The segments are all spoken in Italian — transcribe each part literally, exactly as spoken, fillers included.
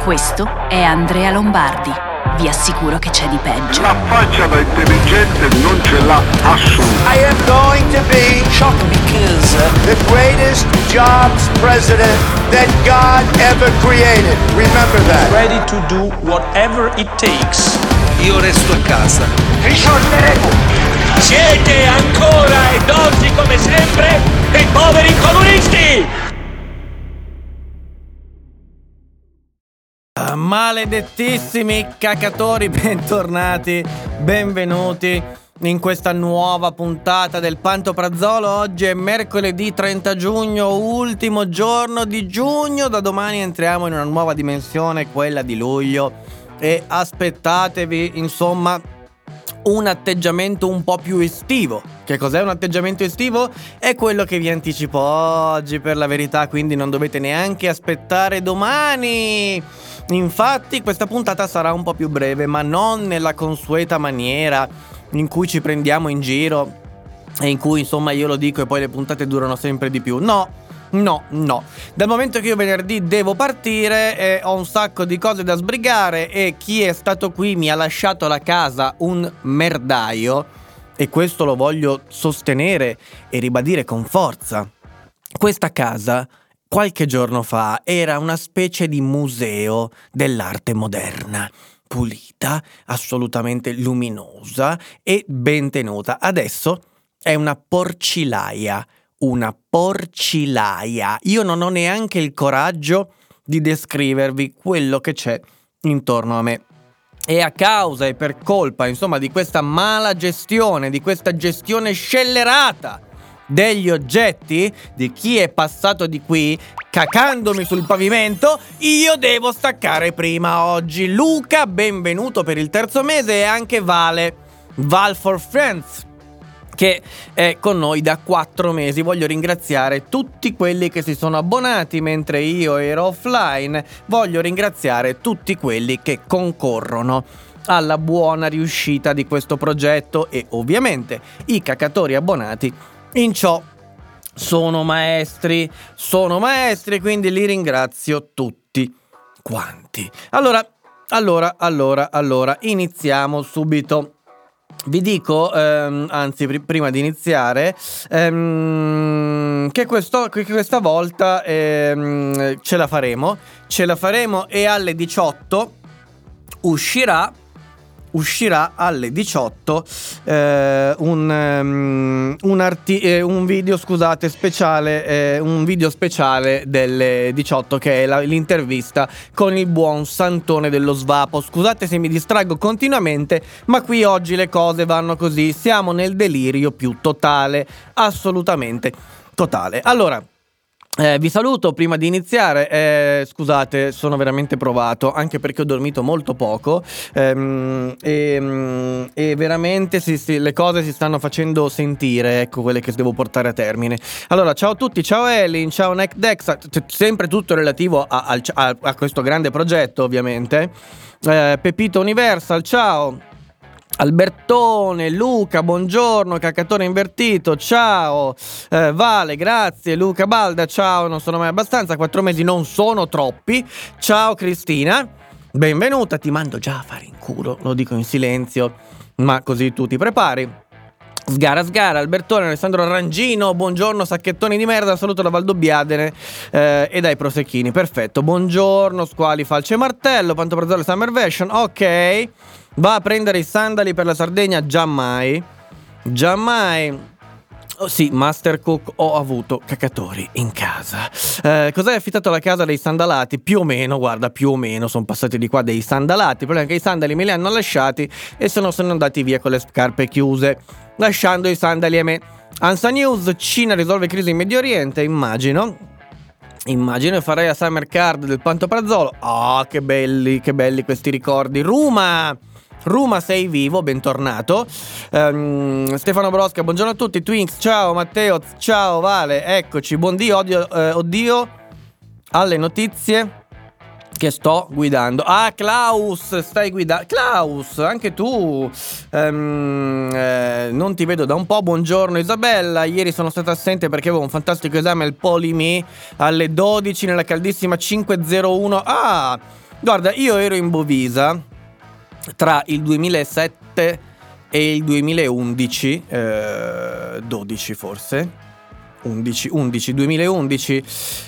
Questo è Andrea Lombardi. Vi assicuro che c'è di peggio. La faccia da intelligente non ce l'ha assolutamente. I am going to be shocked because the greatest jobs president that God ever created. Remember that. Ready to do whatever it takes. Io resto a casa. Risolveremo. Siete ancora ed oggi come sempre dei poveri comunisti! Maledettissimi cacatori, bentornati, benvenuti in questa nuova puntata del Pantoprazolo. Oggi è mercoledì trenta giugno, ultimo giorno di giugno. Da domani entriamo in una nuova dimensione, quella di luglio, e aspettatevi, insomma, un atteggiamento un po' più estivo. Che cos'è un atteggiamento estivo? È quello che vi anticipo oggi, per la verità, quindi non dovete neanche aspettare domani. Infatti questa puntata sarà un po' più breve, ma non nella consueta maniera in cui ci prendiamo in giro e in cui, insomma, io lo dico e poi le puntate durano sempre di più. No, no, no. Dal momento che io venerdì devo partire e ho un sacco di cose da sbrigare e chi è stato qui mi ha lasciato la casa un merdaio, e questo lo voglio sostenere e ribadire con forza. Questa casa qualche giorno fa era una specie di museo dell'arte moderna, pulita, assolutamente luminosa e ben tenuta. Adesso è una porcilaia, una porcilaia. Io non ho neanche il coraggio di descrivervi quello che c'è intorno a me. E a causa e per colpa, insomma, di questa mala gestione, di questa gestione scellerata degli oggetti, di chi è passato di qui cacandomi sul pavimento, io devo staccare prima oggi. Luca, benvenuto per il terzo mese, e anche Vale, Val for Friends, che è con noi da quattro mesi. Voglio ringraziare tutti quelli che si sono abbonati mentre io ero offline. Voglio ringraziare tutti quelli che concorrono alla buona riuscita di questo progetto, e ovviamente i cacatori abbonati in ciò sono maestri, sono maestri, quindi li ringrazio tutti quanti. Allora, allora, allora, allora, iniziamo subito. Vi dico, ehm, anzi, pr- prima di iniziare, ehm, che, questo, che questa volta ehm, ce la faremo, ce la faremo e alle diciotto uscirà uscirà alle diciotto eh, un, um, un, arti- eh, un video scusate speciale eh, un video speciale delle diciotto, che è la, l'intervista con il buon Santone dello Svapo. Scusate se mi distraggo continuamente, ma qui oggi le cose vanno così, siamo nel delirio più totale, assolutamente totale. Allora, Eh, vi saluto prima di iniziare, eh, scusate, sono veramente provato, anche perché ho dormito molto poco ehm, e, e veramente si, si, le cose si stanno facendo sentire, ecco, quelle che devo portare a termine. Allora, ciao a tutti, ciao Elin, ciao NecDex, sempre tutto relativo a, a, a questo grande progetto, ovviamente. eh, Pepito Universal, ciao Albertone, Luca, buongiorno, cacatore invertito, ciao, eh, Vale, grazie, Luca Balda, ciao, non sono mai abbastanza, quattro mesi non sono troppi, ciao Cristina, benvenuta, ti mando già a fare in culo, lo dico in silenzio, ma così tu ti prepari. Sgara sgara, Albertone, Alessandro Rangino, buongiorno sacchettoni di merda, saluto da Valdobbiadene eh, e dai prosecchini, perfetto, buongiorno squali, falce e martello, Pantoprazolo Summer Version, ok, va a prendere i sandali per la Sardegna, giammai, giammai. Oh sì, Master Cook, ho avuto cacatori in casa. Eh, cos'hai affittato la casa dei sandalati? Più o meno, guarda, più o meno sono passati di qua dei sandalati. Il problema è che i sandali me li hanno lasciati e se no sono andati via con le scarpe chiuse, lasciando i sandali a me. Ansa News, Cina risolve crisi in Medio Oriente, immagino. Immagino farei la Summer Card del Pantoprazolo. Ah, oh, che belli, che belli questi ricordi. Ruma! Ruma, sei vivo, bentornato. um, Stefano Brosca, buongiorno a tutti. Twinks, ciao. Matteo, ciao. Vale, eccoci. Buondì, odio, eh, oddio alle notizie che sto guidando. Ah, Klaus, stai guidando. Klaus, anche tu um, eh, non ti vedo da un po'. Buongiorno Isabella, ieri sono stata assente perché avevo un fantastico esame al Polimi alle dodici nella caldissima cinque zero uno. Ah, Guarda, io ero in Bovisa tra il duemilasette e il duemilaundici, eh, dodici forse, undici, undici, duemilaundici.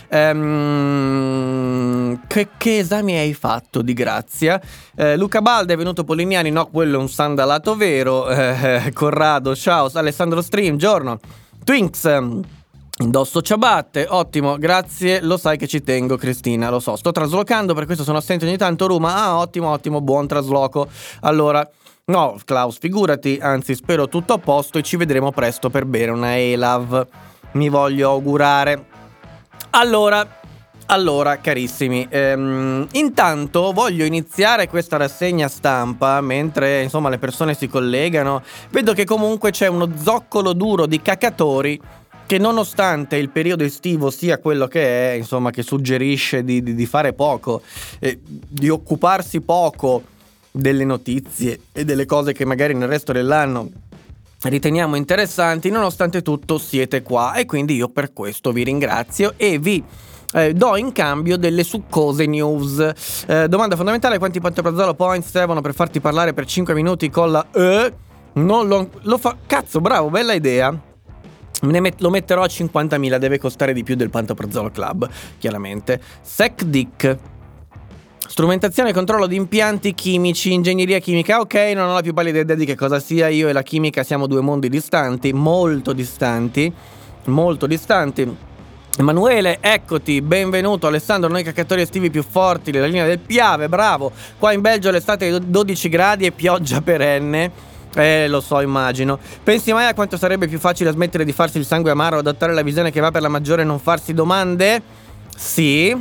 Ehm, che, che esami hai fatto di grazia? Eh, Luca Balda è venuto Polignani, no, quello è un sandalato vero. Eh, Corrado, ciao. Alessandro Stream, giorno. Twinks, indosso ciabatte, ottimo, grazie, lo sai che ci tengo Cristina, lo so, sto traslocando, per questo sono assente ogni tanto. Ruma, ah ottimo, ottimo, buon trasloco. Allora, no Klaus, figurati, anzi spero tutto a posto e ci vedremo presto per bere una Elav, mi voglio augurare. Allora, allora carissimi, ehm, intanto voglio iniziare questa rassegna stampa mentre insomma le persone si collegano. Vedo che comunque c'è uno zoccolo duro di cacatori che nonostante il periodo estivo sia quello che è, insomma, che suggerisce di, di, di fare poco, eh, di occuparsi poco delle notizie e delle cose che magari nel resto dell'anno riteniamo interessanti, nonostante tutto siete qua e quindi io per questo vi ringrazio e vi eh, do in cambio delle succose news. Eh, domanda fondamentale: quanti pantoprazolo points servono per farti parlare per cinque minuti con la E? Non lo, lo fa... Cazzo, bravo, bella idea. Ne met- lo metterò a cinquantamila, deve costare di più del Pantoprazolo Club, chiaramente. SecDic, strumentazione e controllo di impianti chimici, ingegneria chimica. Ok, non ho la più pallida idea di che cosa sia. Io e la chimica siamo due mondi distanti, molto distanti, molto distanti. Emanuele, eccoti, benvenuto. Alessandro, noi cacatori estivi più forti, la linea del Piave, bravo. Qua in Belgio l'estate è dodici gradi e pioggia perenne. Eh, lo so, immagino. Pensi mai a quanto sarebbe più facile smettere di farsi il sangue amaro, adottare la visione che va per la maggiore e non farsi domande? Sì.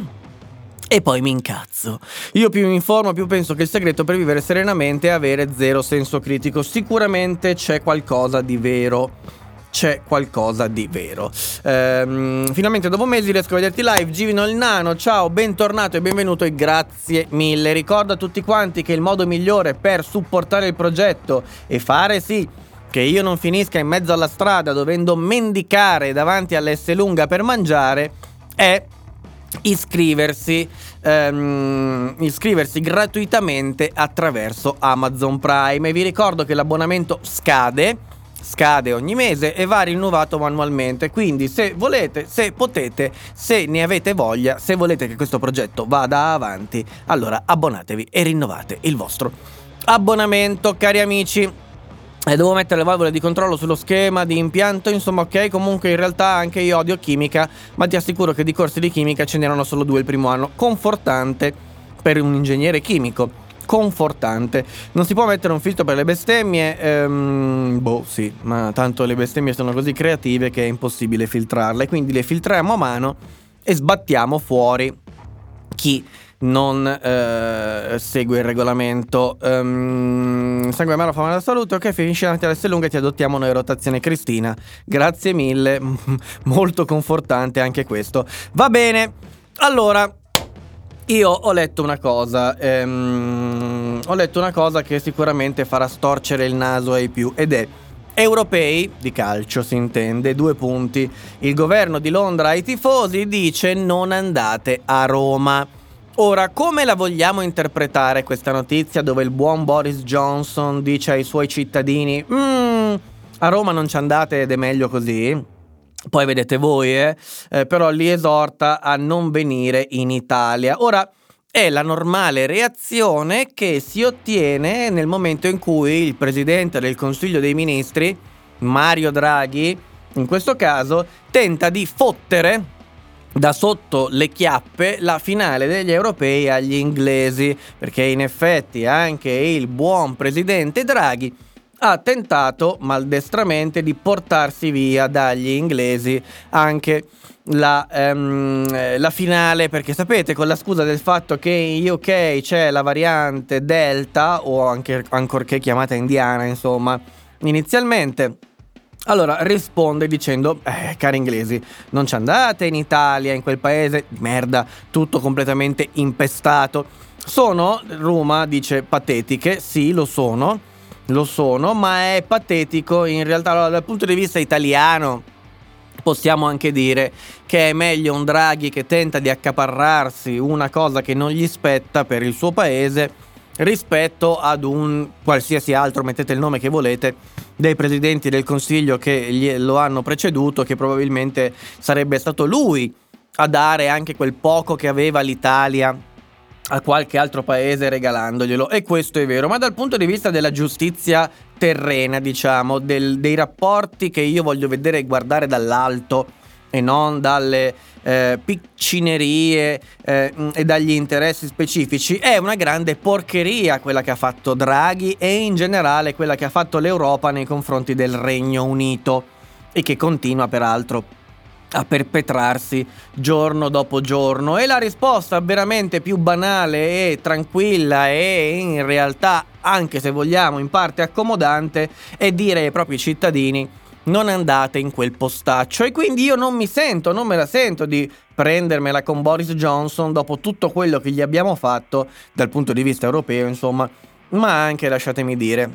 E poi mi incazzo. Io più mi informo, più penso che il segreto per vivere serenamente è avere zero senso critico. Sicuramente c'è qualcosa di vero. C'è qualcosa di vero. ehm, Finalmente dopo mesi riesco a vederti live. Givino il nano, ciao, bentornato e benvenuto e grazie mille. Ricordo a tutti quanti che il modo migliore per supportare il progetto e fare sì che io non finisca in mezzo alla strada dovendo mendicare davanti all'Esselunga per mangiare è iscriversi ehm, iscriversi gratuitamente attraverso Amazon Prime. E vi ricordo che l'abbonamento scade Scade ogni mese e va rinnovato manualmente. Quindi se volete, se potete, se ne avete voglia, se volete che questo progetto vada avanti, allora abbonatevi e rinnovate il vostro abbonamento, cari amici. E devo mettere le valvole di controllo sullo schema di impianto, insomma, ok. Comunque in realtà anche io odio chimica, ma ti assicuro che di corsi di chimica ce n'erano solo due il primo anno. Confortante per un ingegnere chimico. Confortante. Non si può mettere un filtro per le bestemmie? Ehm, boh, sì, ma tanto le bestemmie sono così creative che è impossibile filtrarle, quindi le filtriamo a mano e sbattiamo fuori chi non eh, segue il regolamento. ehm, Sangue amaro fa male alla salute. Ok, finisci davanti alla lunga e ti adottiamo noi, rotazione Cristina. Grazie mille. Molto confortante anche questo. Va bene. Allora, io ho letto una cosa, ehm, ho letto una cosa che sicuramente farà storcere il naso ai più, ed è europei di calcio, si intende, due punti. Il governo di Londra ai tifosi dice non andate a Roma. Ora, come la vogliamo interpretare questa notizia dove il buon Boris Johnson dice ai suoi cittadini mm, a Roma non ci andate ed è meglio così? Poi vedete voi, eh? eh, però li esorta a non venire in Italia. Ora, è la normale reazione che si ottiene nel momento in cui il presidente del Consiglio dei Ministri, Mario Draghi, in questo caso, tenta di fottere da sotto le chiappe la finale degli europei agli inglesi, perché in effetti anche il buon presidente Draghi ha tentato maldestramente di portarsi via dagli inglesi anche la, um, la finale, perché sapete, con la scusa del fatto che in U K c'è la variante Delta, o anche ancorché chiamata indiana, insomma, inizialmente. Allora risponde dicendo eh, cari inglesi, non ci andate in Italia, in quel paese di merda, tutto completamente impestato. Sono, Roma dice, patetiche, sì lo sono Lo sono, ma è patetico in realtà. Allora, dal punto di vista italiano possiamo anche dire che è meglio un Draghi che tenta di accaparrarsi una cosa che non gli spetta per il suo paese rispetto ad un qualsiasi altro, mettete il nome che volete, dei presidenti del Consiglio che gli, lo hanno preceduto, che probabilmente sarebbe stato lui a dare anche quel poco che aveva l'Italia a qualche altro paese regalandoglielo. E questo è vero, ma dal punto di vista della giustizia terrena, diciamo, del, dei rapporti che io voglio vedere e guardare dall'alto e non dalle eh, piccinerie eh, e dagli interessi specifici, è una grande porcheria quella che ha fatto Draghi e in generale quella che ha fatto l'Europa nei confronti del Regno Unito, e che continua peraltro a perpetrarsi giorno dopo giorno. E la risposta veramente più banale e tranquilla e in realtà, anche se vogliamo, in parte accomodante, è dire ai propri cittadini: non andate in quel postaccio. E quindi io non mi sento, non me la sento di prendermela con Boris Johnson dopo tutto quello che gli abbiamo fatto dal punto di vista europeo, insomma, ma anche, lasciatemi dire,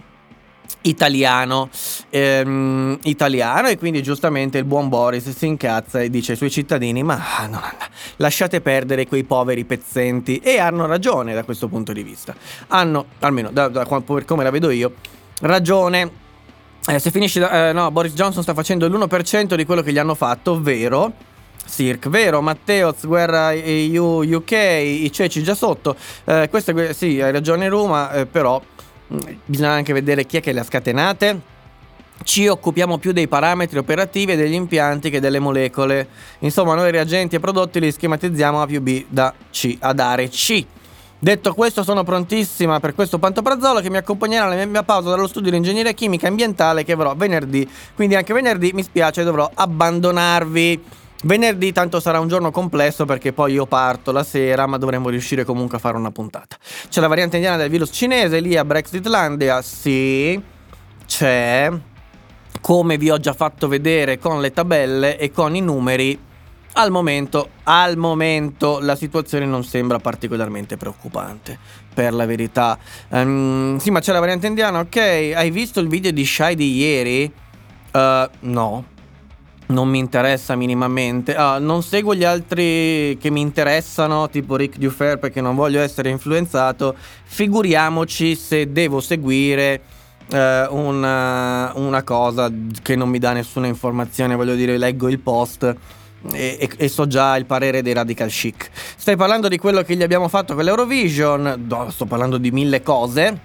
italiano ehm, italiano e quindi giustamente il buon Boris si incazza e dice ai suoi cittadini: ma non andate, lasciate perdere quei poveri pezzenti. E hanno ragione da questo punto di vista, hanno, almeno da, da, per come la vedo io, ragione. Eh, se finisce da, eh, no, Boris Johnson sta facendo l'uno per cento di quello che gli hanno fatto, vero? Sirk, vero? Matteoz, guerra U, UK, i ceci già sotto. Eh, questa, sì, hai ragione Roma, eh, però mh, bisogna anche vedere chi è che le ha scatenate. Ci occupiamo più dei parametri operativi e degli impianti che delle molecole. Insomma, noi reagenti e prodotti li schematizziamo A più B da C ad dare C. Detto questo, sono prontissima per questo pantoprazolo che mi accompagnerà alla mia pausa dallo studio di ingegneria chimica ambientale che avrò venerdì. Quindi anche venerdì, mi spiace, dovrò abbandonarvi. Venerdì tanto sarà un giorno complesso perché poi io parto la sera, ma dovremmo riuscire comunque a fare una puntata. C'è la variante indiana del virus cinese lì a Brexitlandia, sì, c'è, come vi ho già fatto vedere con le tabelle e con i numeri. Al momento, al momento la situazione non sembra particolarmente preoccupante, per la verità. Um, sì, ma c'è la variante indiana, ok. Hai visto il video di Shai di ieri? Uh, no, non mi interessa minimamente. Uh, non seguo gli altri che mi interessano, tipo Rick Dufer, perché non voglio essere influenzato. Figuriamoci se devo seguire uh, una, una cosa che non mi dà nessuna informazione. Voglio dire, leggo il post E, e, e so già il parere dei Radical Chic. Stai parlando di quello che gli abbiamo fatto con l'Eurovision? No, sto parlando di mille cose.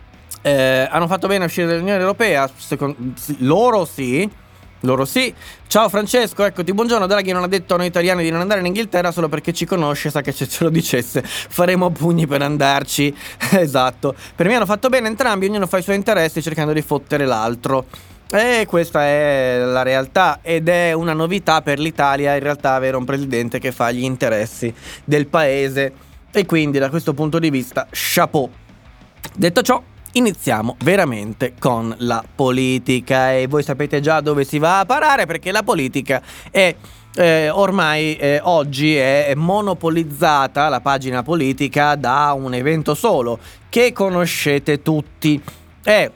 Eh, hanno fatto bene a uscire dall'Unione Europea? Secondo, sì, loro sì. Loro sì. Ciao Francesco, eccoti, buongiorno. Draghi non ha detto a noi italiani di non andare in Inghilterra solo perché ci conosce, sa che se ce lo dicesse faremo pugni per andarci. Esatto. Per me hanno fatto bene entrambi, ognuno fa i suoi interessi cercando di fottere l'altro. E questa è la realtà ed è una novità per l'Italia, in realtà, avere un presidente che fa gli interessi del paese, e quindi da questo punto di vista chapeau. Detto ciò, iniziamo veramente con la politica, e voi sapete già dove si va a parare, perché la politica è eh, ormai eh, oggi è monopolizzata, la pagina politica, da un evento solo che conoscete tutti, è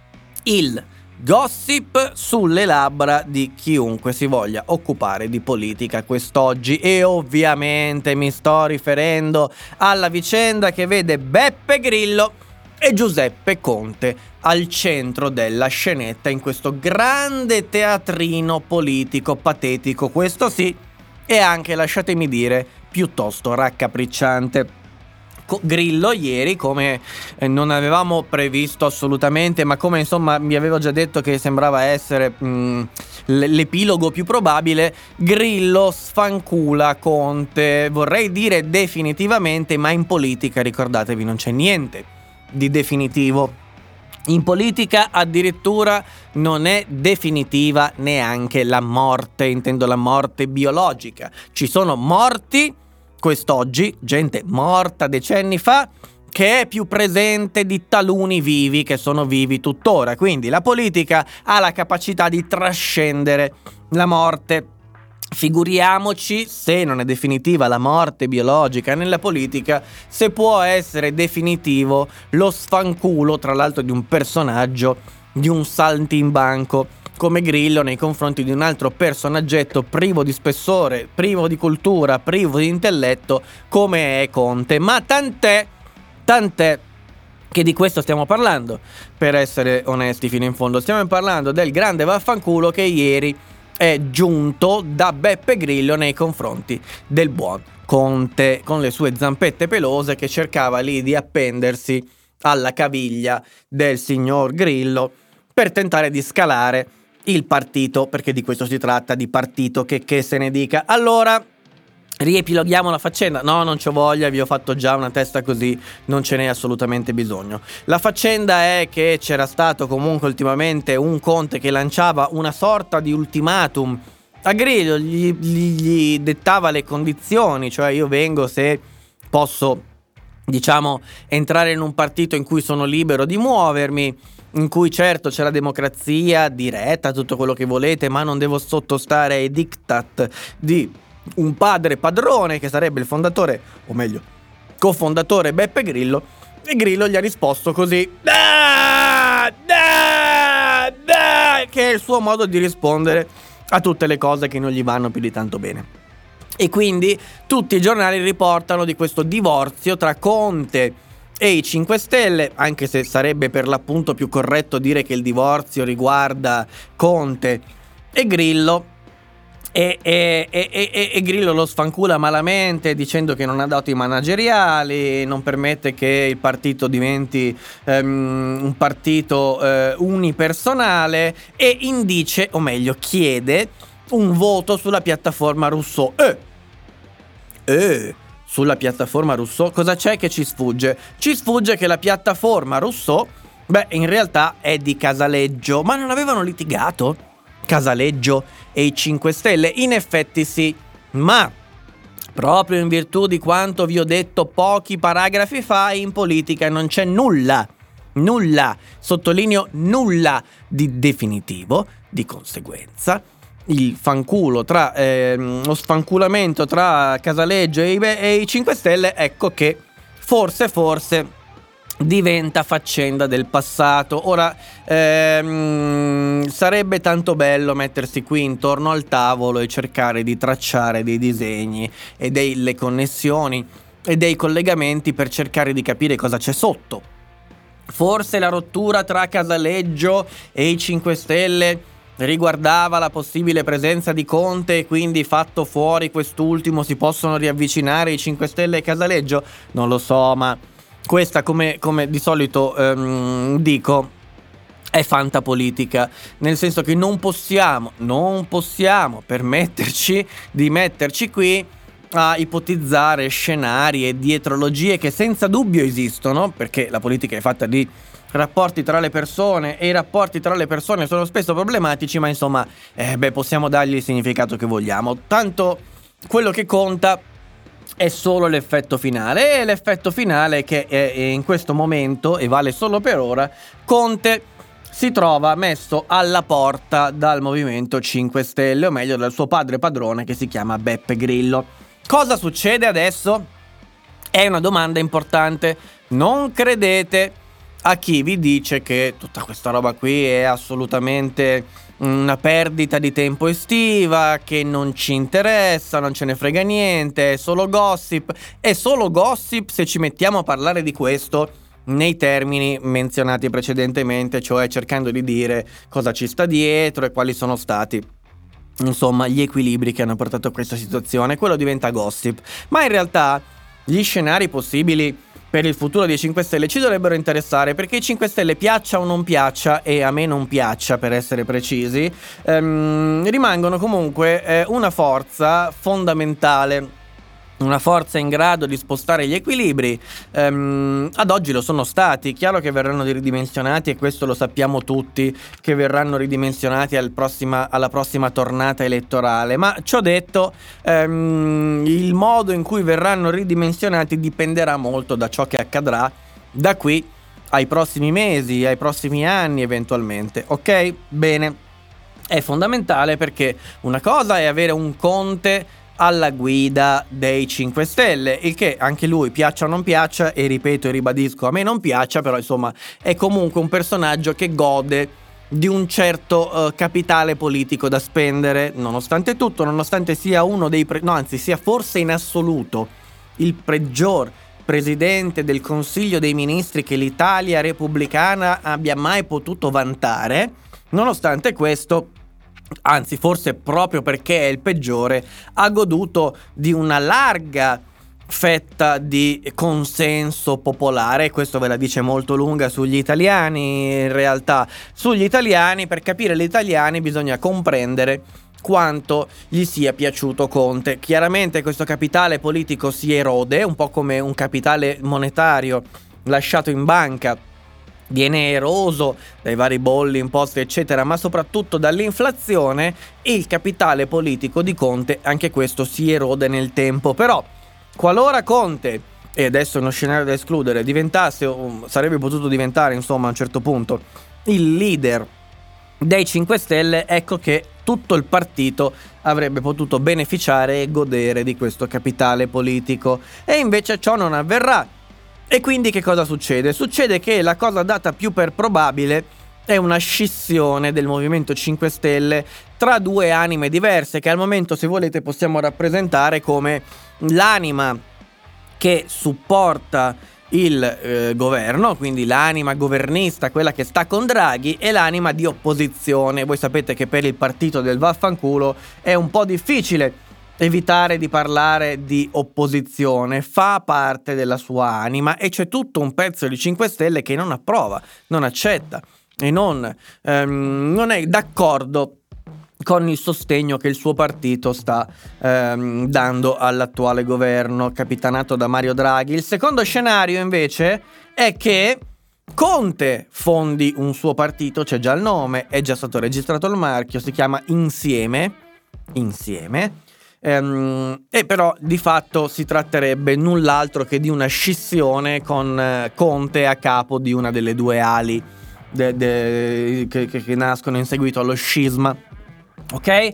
il gossip sulle labbra di chiunque si voglia occupare di politica quest'oggi, e ovviamente mi sto riferendo alla vicenda che vede Beppe Grillo e Giuseppe Conte al centro della scenetta in questo grande teatrino politico patetico, questo sì, e anche, lasciatemi dire, piuttosto raccapricciante. Grillo ieri, come eh, non avevamo previsto assolutamente, ma come insomma vi avevo già detto che sembrava essere mh, l'epilogo più probabile, Grillo sfancula Conte, vorrei dire definitivamente, ma in politica, ricordatevi, non c'è niente di definitivo. In politica addirittura non è definitiva neanche la morte, intendo la morte biologica. Ci sono morti quest'oggi, gente morta decenni fa, che è più presente di taluni vivi che sono vivi tuttora. Quindi la politica ha la capacità di trascendere la morte. Figuriamoci se non è definitiva la morte biologica nella politica, se può essere definitivo lo sfanculo, tra l'altro, di un personaggio di un saltimbanco come Grillo nei confronti di un altro personaggetto privo di spessore, privo di cultura, privo di intelletto come è Conte. Ma tant'è, tant'è che di questo stiamo parlando, per essere onesti fino in fondo. Stiamo parlando del grande vaffanculo che ieri è giunto da Beppe Grillo nei confronti del buon Conte, con le sue zampette pelose che cercava lì di appendersi alla caviglia del signor Grillo per tentare di scalare il partito, perché di questo si tratta, di partito che, che se ne dica. Allora, riepiloghiamo la faccenda. No, non c'ho voglia, vi ho fatto già una testa così, non ce n'è assolutamente bisogno. La faccenda è che c'era stato comunque ultimamente un Conte che lanciava una sorta di ultimatum a Grillo, gli, gli, gli dettava le condizioni, cioè io vengo se posso, diciamo, entrare in un partito in cui sono libero di muovermi, in cui certo c'è la democrazia diretta, tutto quello che volete, ma non devo sottostare ai diktat di un padre padrone che sarebbe il fondatore, o meglio, cofondatore Beppe Grillo. E Grillo gli ha risposto così, da, da, da, che è il suo modo di rispondere a tutte le cose che non gli vanno più di tanto bene. E quindi tutti i giornali riportano di questo divorzio tra Conte e i cinque Stelle, anche se sarebbe per l'appunto più corretto dire che il divorzio riguarda Conte e Grillo. E, e, e, e, e Grillo lo sfancula malamente dicendo che non ha doti manageriali, non permette che il partito diventi um, un partito uh, unipersonale, e indice, o meglio chiede, un voto sulla piattaforma Rousseau. Eh, eh, sulla piattaforma Rousseau cosa c'è che ci sfugge? Ci sfugge che la piattaforma Rousseau, beh, in realtà è di Casaleggio, ma non avevano litigato Casaleggio e i cinque Stelle? In effetti sì, ma proprio in virtù di quanto vi ho detto pochi paragrafi fa, in politica non c'è nulla, nulla, sottolineo nulla di definitivo. Di conseguenza il fanculo tra eh, lo sfanculamento tra Casaleggio e i, e i cinque Stelle, ecco che forse forse diventa faccenda del passato. Ora ehm, sarebbe tanto bello mettersi qui intorno al tavolo e cercare di tracciare dei disegni e delle connessioni e dei collegamenti per cercare di capire cosa c'è sotto. Forse la rottura tra Casaleggio e i cinque Stelle riguardava la possibile presenza di Conte e quindi, fatto fuori quest'ultimo, si possono riavvicinare i cinque Stelle e Casaleggio? Non lo so, ma questa, come, come di solito ehm, dico, è fantapolitica, nel senso che non possiamo, non possiamo permetterci di metterci qui a ipotizzare scenari e dietrologie che senza dubbio esistono, perché la politica è fatta di rapporti tra le persone e i rapporti tra le persone sono spesso problematici, ma insomma, eh, beh, possiamo dargli il significato che vogliamo. Tanto quello che conta è solo l'effetto finale, e l'effetto finale che è in questo momento, e vale solo per ora, Conte si trova messo alla porta dal Movimento cinque Stelle, o meglio dal suo padre padrone che si chiama Beppe Grillo. Cosa succede adesso? È una domanda importante. Non credete a chi vi dice che tutta questa roba qui è assolutamente una perdita di tempo estiva, che non ci interessa, non ce ne frega niente, è solo gossip. È solo gossip se ci mettiamo a parlare di questo nei termini menzionati precedentemente, cioè cercando di dire cosa ci sta dietro e quali sono stati, insomma, gli equilibri che hanno portato a questa situazione. Quello diventa gossip. Ma in realtà gli scenari possibili per il futuro dei cinque Stelle ci dovrebbero interessare, perché i cinque Stelle, piaccia o non piaccia, e a me non piaccia per essere precisi, ehm, rimangono comunque eh, una forza fondamentale, una forza in grado di spostare gli equilibri. ehm, ad oggi lo sono stati. Chiaro che verranno ridimensionati, e questo lo sappiamo tutti, che verranno ridimensionati al prossima, alla prossima tornata elettorale, ma ciò detto, ehm, il modo in cui verranno ridimensionati dipenderà molto da ciò che accadrà da qui ai prossimi mesi, ai prossimi anni eventualmente. Ok? Bene, è fondamentale, perché una cosa è avere un Conte alla guida dei cinque Stelle, il che anche lui, piaccia o non piaccia, e ripeto e ribadisco, a me non piaccia, però insomma è comunque un personaggio che gode di un certo uh, capitale politico da spendere, nonostante tutto, nonostante sia uno dei pre- no anzi sia forse in assoluto il peggior presidente del Consiglio dei Ministri che l'Italia repubblicana abbia mai potuto vantare. Nonostante questo, anzi forse proprio perché è il peggiore, ha goduto di una larga fetta di consenso popolare. Questo ve la dice molto lunga sugli italiani. In realtà sugli italiani, per capire gli italiani bisogna comprendere quanto gli sia piaciuto Conte. Chiaramente questo capitale politico si erode, un po' come un capitale monetario lasciato in banca viene eroso dai vari bolli, imposte eccetera, ma soprattutto dall'inflazione. Il capitale politico di Conte, anche questo, si erode nel tempo. Però qualora Conte, e adesso è uno scenario da escludere, diventasse, o sarebbe potuto diventare insomma a un certo punto, il leader dei cinque Stelle, ecco che tutto il partito avrebbe potuto beneficiare e godere di questo capitale politico. E invece ciò non avverrà. E quindi che cosa succede? Succede che la cosa data più per probabile è una scissione del Movimento cinque Stelle tra due anime diverse, che al momento, se volete, possiamo rappresentare come l'anima che supporta il eh, governo, quindi l'anima governista, quella che sta con Draghi, e l'anima di opposizione. Voi sapete che per il partito del vaffanculo è un po' difficile evitare di parlare di opposizione, fa parte della sua anima, e c'è tutto un pezzo di cinque Stelle che non approva, non accetta e non, ehm, non è d'accordo con il sostegno che il suo partito sta ehm, dando all'attuale governo capitanato da Mario Draghi. Il secondo scenario invece è che Conte fondi un suo partito, c'è già il nome, è già stato registrato il marchio, si chiama Insieme, Insieme, ehm, e però di fatto si tratterebbe null'altro che di una scissione con eh, Conte a capo di una delle due ali de- de- che, che, che nascono in seguito allo scisma. Ok?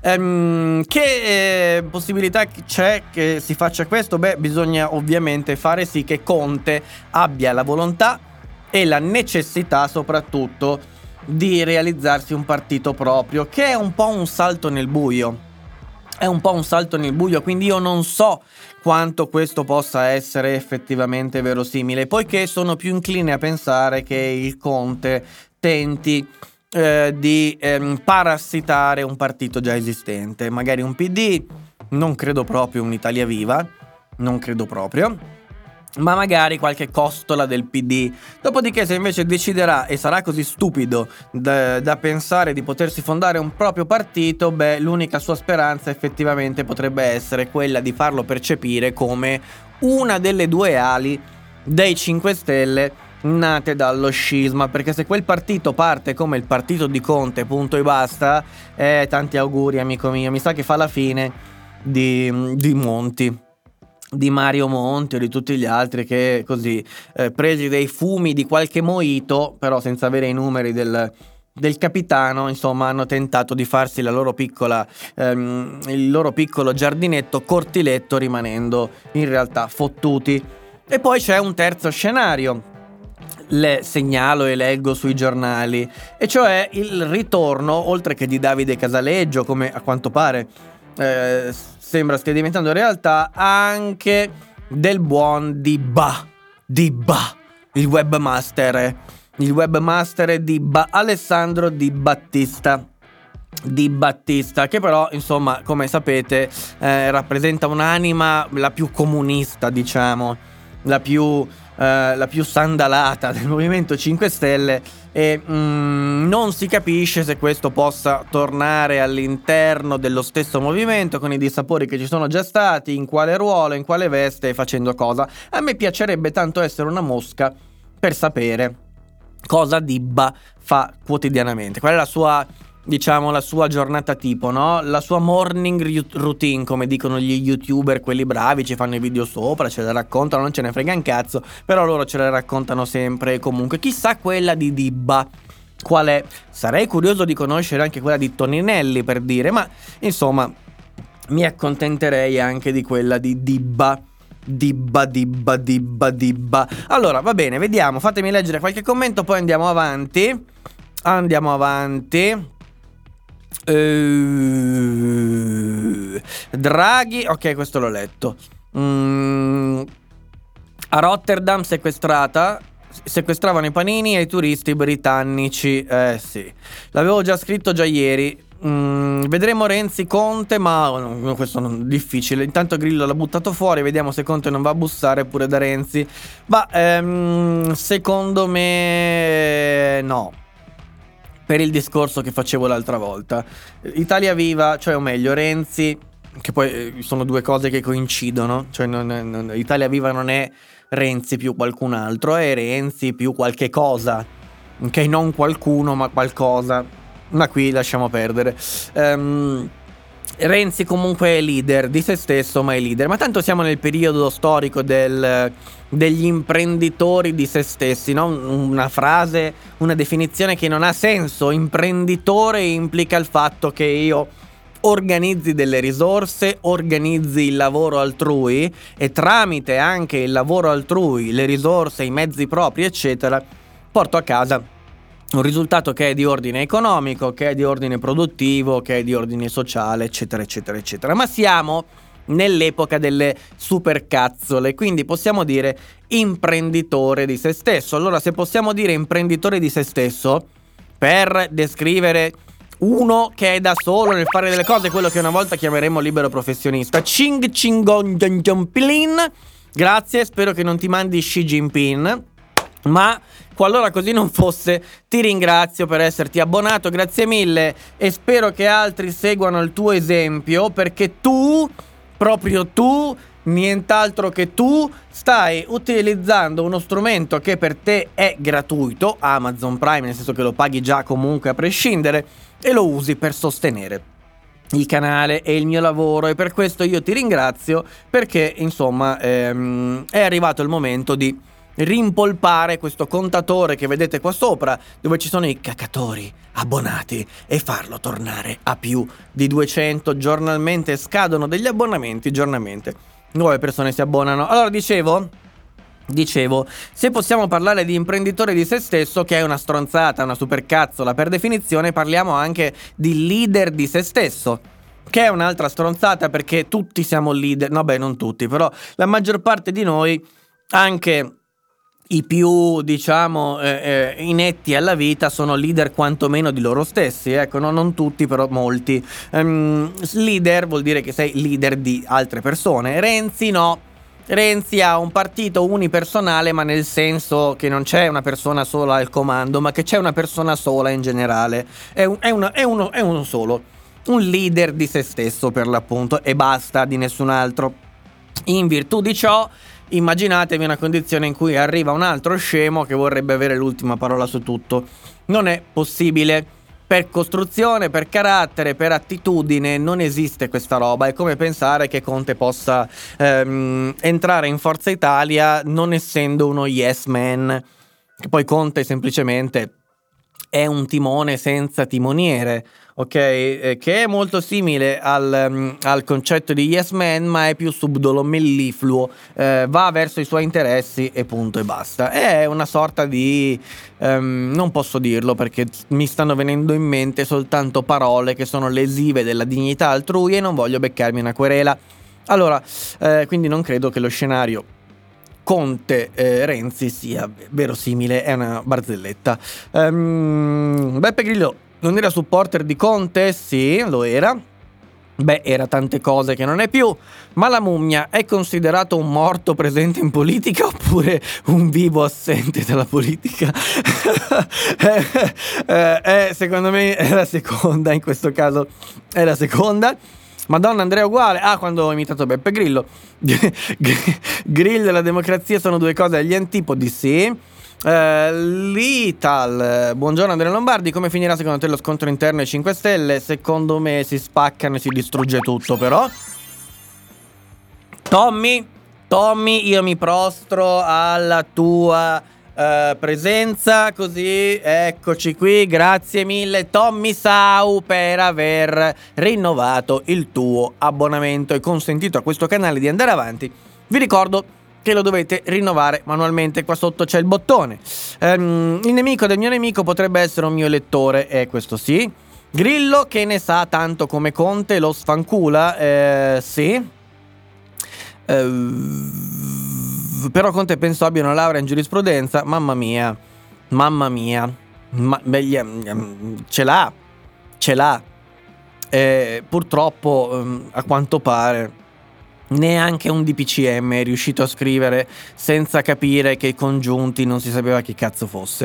Um, che eh, possibilità c'è che si faccia questo? Beh, bisogna ovviamente fare sì che Conte abbia la volontà e la necessità soprattutto di realizzarsi un partito proprio, che è un po' un salto nel buio. È un po' un salto nel buio, quindi io non so quanto questo possa essere effettivamente verosimile, poiché sono più incline a pensare che il Conte tenti Eh, di ehm, parassitare un partito già esistente, magari un P D, non credo proprio un Italia Viva, non credo proprio, ma magari qualche costola del P D. Dopodiché, se invece deciderà e sarà così stupido da, da pensare di potersi fondare un proprio partito, beh, l'unica sua speranza effettivamente potrebbe essere quella di farlo percepire come una delle due ali dei cinque Stelle nate dallo scisma, perché se quel partito parte come il partito di Conte, punto e basta, eh, tanti auguri amico mio, mi sa che fa la fine di, di Monti, di Mario Monti o di tutti gli altri che così eh, presi dei fumi di qualche mojito, però senza avere i numeri del, del capitano, insomma hanno tentato di farsi la loro piccola ehm, il loro piccolo giardinetto cortiletto, rimanendo in realtà fottuti. E poi c'è un terzo scenario, le segnalo e leggo sui giornali, e cioè il ritorno, oltre che di Davide Casaleggio, come a quanto pare eh, sembra stia diventando realtà, anche del buon Dibba, Dibba, il webmaster, il webmaster Dibba, Alessandro Di Battista. Di Battista, che però insomma, come sapete, eh, rappresenta un'anima la più comunista, diciamo, la più Uh, la più sandalata del Movimento cinque Stelle, e mm, non si capisce se questo possa tornare all'interno dello stesso movimento con i dissapori che ci sono già stati, in quale ruolo, in quale veste e facendo cosa. A me piacerebbe tanto essere una mosca per sapere cosa Dibba fa quotidianamente, qual è la sua, diciamo, la sua giornata tipo, no? La sua morning routine, come dicono gli youtuber, quelli bravi, ci fanno i video sopra, ce le raccontano, non ce ne frega un cazzo, però loro ce le raccontano sempre. Comunque, chissà quella di Dibba qual è. Sarei curioso di conoscere anche quella di Toninelli, per dire, ma insomma mi accontenterei anche di quella di Dibba. Dibba, Dibba, Dibba, Dibba. Allora, va bene, vediamo, fatemi leggere qualche commento, poi andiamo avanti. Andiamo avanti. Uh, Draghi, ok, questo l'ho letto. Mm, a Rotterdam sequestrata sequestravano i panini ai turisti britannici. Eh sì, l'avevo già scritto già ieri. Mm, vedremo Renzi Conte, ma no, questo non è difficile. Intanto Grillo l'ha buttato fuori, vediamo se Conte non va a bussare pure da Renzi. Ma ehm, secondo me no, per il discorso che facevo l'altra volta. Italia Viva, cioè o meglio Renzi, che poi sono due cose che coincidono, cioè non è, non, Italia Viva non è Renzi più qualcun altro, è Renzi più qualche cosa, ok? Non qualcuno ma qualcosa, ma qui lasciamo perdere. um, Renzi comunque è leader di se stesso, ma è leader. Ma tanto siamo nel periodo storico del, degli imprenditori di se stessi, no? Una frase, una definizione che non ha senso. Imprenditore implica il fatto che io organizzi delle risorse, organizzi il lavoro altrui e tramite anche il lavoro altrui, le risorse, i mezzi propri, eccetera, porto a casa un risultato che è di ordine economico, che è di ordine produttivo, che è di ordine sociale, eccetera, eccetera, eccetera. Ma siamo nell'epoca delle supercazzole, quindi possiamo dire imprenditore di se stesso. Allora, se possiamo dire imprenditore di se stesso per descrivere uno che è da solo nel fare delle cose, quello che una volta chiameremo libero professionista, Ching Chingong Jinping, grazie, spero che non ti mandi Xi Jinping, ma qualora così non fosse, ti ringrazio per esserti abbonato, grazie mille, e spero che altri seguano il tuo esempio, perché tu, proprio tu, nient'altro che tu, stai utilizzando uno strumento che per te è gratuito, Amazon Prime, nel senso che lo paghi già comunque a prescindere, e lo usi per sostenere il canale e il mio lavoro, e per questo io ti ringrazio, perché insomma ehm, è arrivato il momento di rimpolpare questo contatore che vedete qua sopra, dove ci sono i cacatori abbonati, e farlo tornare a più di duecento. Giornalmente scadono degli abbonamenti, giornalmente nuove persone si abbonano. Allora dicevo Dicevo, se possiamo parlare di imprenditore di se stesso, che è una stronzata, una supercazzola per definizione, parliamo anche di leader di se stesso, che è un'altra stronzata, perché tutti siamo leader, no beh non tutti, però la maggior parte di noi, anche i più diciamo eh, eh, inetti alla vita, sono leader quantomeno di loro stessi, ecco, no, non tutti però molti. um, Leader vuol dire che sei leader di altre persone. Renzi no, Renzi ha un partito unipersonale, ma nel senso che non c'è una persona sola al comando, ma che c'è una persona sola in generale. È, un, è, una, è, uno, è uno solo, un leader di se stesso per l'appunto, e basta, di nessun altro. In virtù di ciò, immaginatevi una condizione in cui arriva un altro scemo che vorrebbe avere l'ultima parola su tutto. Non è possibile. Per costruzione, per carattere, per attitudine non esiste questa roba. È come pensare che Conte possa ehm, entrare in Forza Italia non essendo uno yes man, che poi Conte semplicemente è un timone senza timoniere, ok? Eh, che è molto simile al, um, al concetto di yes man, ma è più subdolo, mellifluo, eh, va verso i suoi interessi e punto e basta. È una sorta di um, non posso dirlo perché mi stanno venendo in mente soltanto parole che sono lesive della dignità altrui e non voglio beccarmi una querela. Allora, eh, quindi non credo che lo scenario Conte eh, Renzi sia verosimile, è una barzelletta. um, Beppe Grillo non era supporter di Conte? Sì, lo era. Beh, era tante cose che non è più. Ma la mummia è considerato un morto presente in politica oppure un vivo assente dalla politica? eh, eh, eh, secondo me è la seconda, in questo caso è la seconda. Madonna, Andrea uguale. Ah, quando ho imitato Beppe Grillo. Grillo e la democrazia sono due cose agli antipodi, sì. uh, L'Ital, buongiorno Andrea Lombardi, come finirà secondo te lo scontro interno ai cinque Stelle? Secondo me si spaccano e si distrugge tutto, però. Tommy, Tommy, io mi prostro alla tua Uh, presenza, così eccoci qui, grazie mille Tommy Sau per aver rinnovato il tuo abbonamento e consentito a questo canale di andare avanti. Vi ricordo che lo dovete rinnovare manualmente. Qua sotto c'è il bottone. Ehm, il nemico del mio nemico potrebbe essere un mio elettore, e questo sì. Grillo che ne sa tanto come Conte, lo sfancula, eh, sì. Uh, però Conte penso abbia una laurea in giurisprudenza. Mamma mia, mamma mia, ma, beh, ce l'ha, ce l'ha. Eh, purtroppo, um, a quanto pare, neanche un D P C M è riuscito a scrivere senza capire che i congiunti non si sapeva chi cazzo fosse.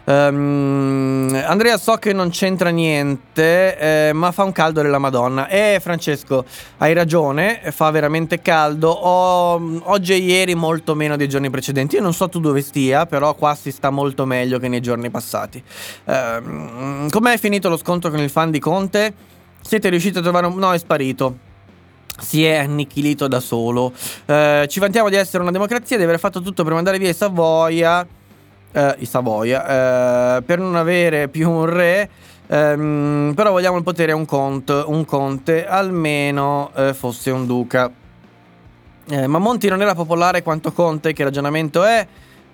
um, Andrea, so che non c'entra niente, eh, ma fa un caldo della Madonna. Eh Francesco, hai ragione, fa veramente caldo. Ho, oggi e ieri molto meno dei giorni precedenti. Io non so tu dove stia, però qua si sta molto meglio che nei giorni passati. um, Com'è finito lo scontro con il fan di Conte? Siete riusciti a trovare un... No, è sparito. Si è annichilito da solo. eh, Ci vantiamo di essere una democrazia, di aver fatto tutto per mandare via i Savoia eh, I Savoia eh, per non avere più un re. ehm, Però vogliamo il potere a un conte, un conte almeno eh, fosse un duca. eh, Ma Monti non era popolare quanto Conte. Che ragionamento è?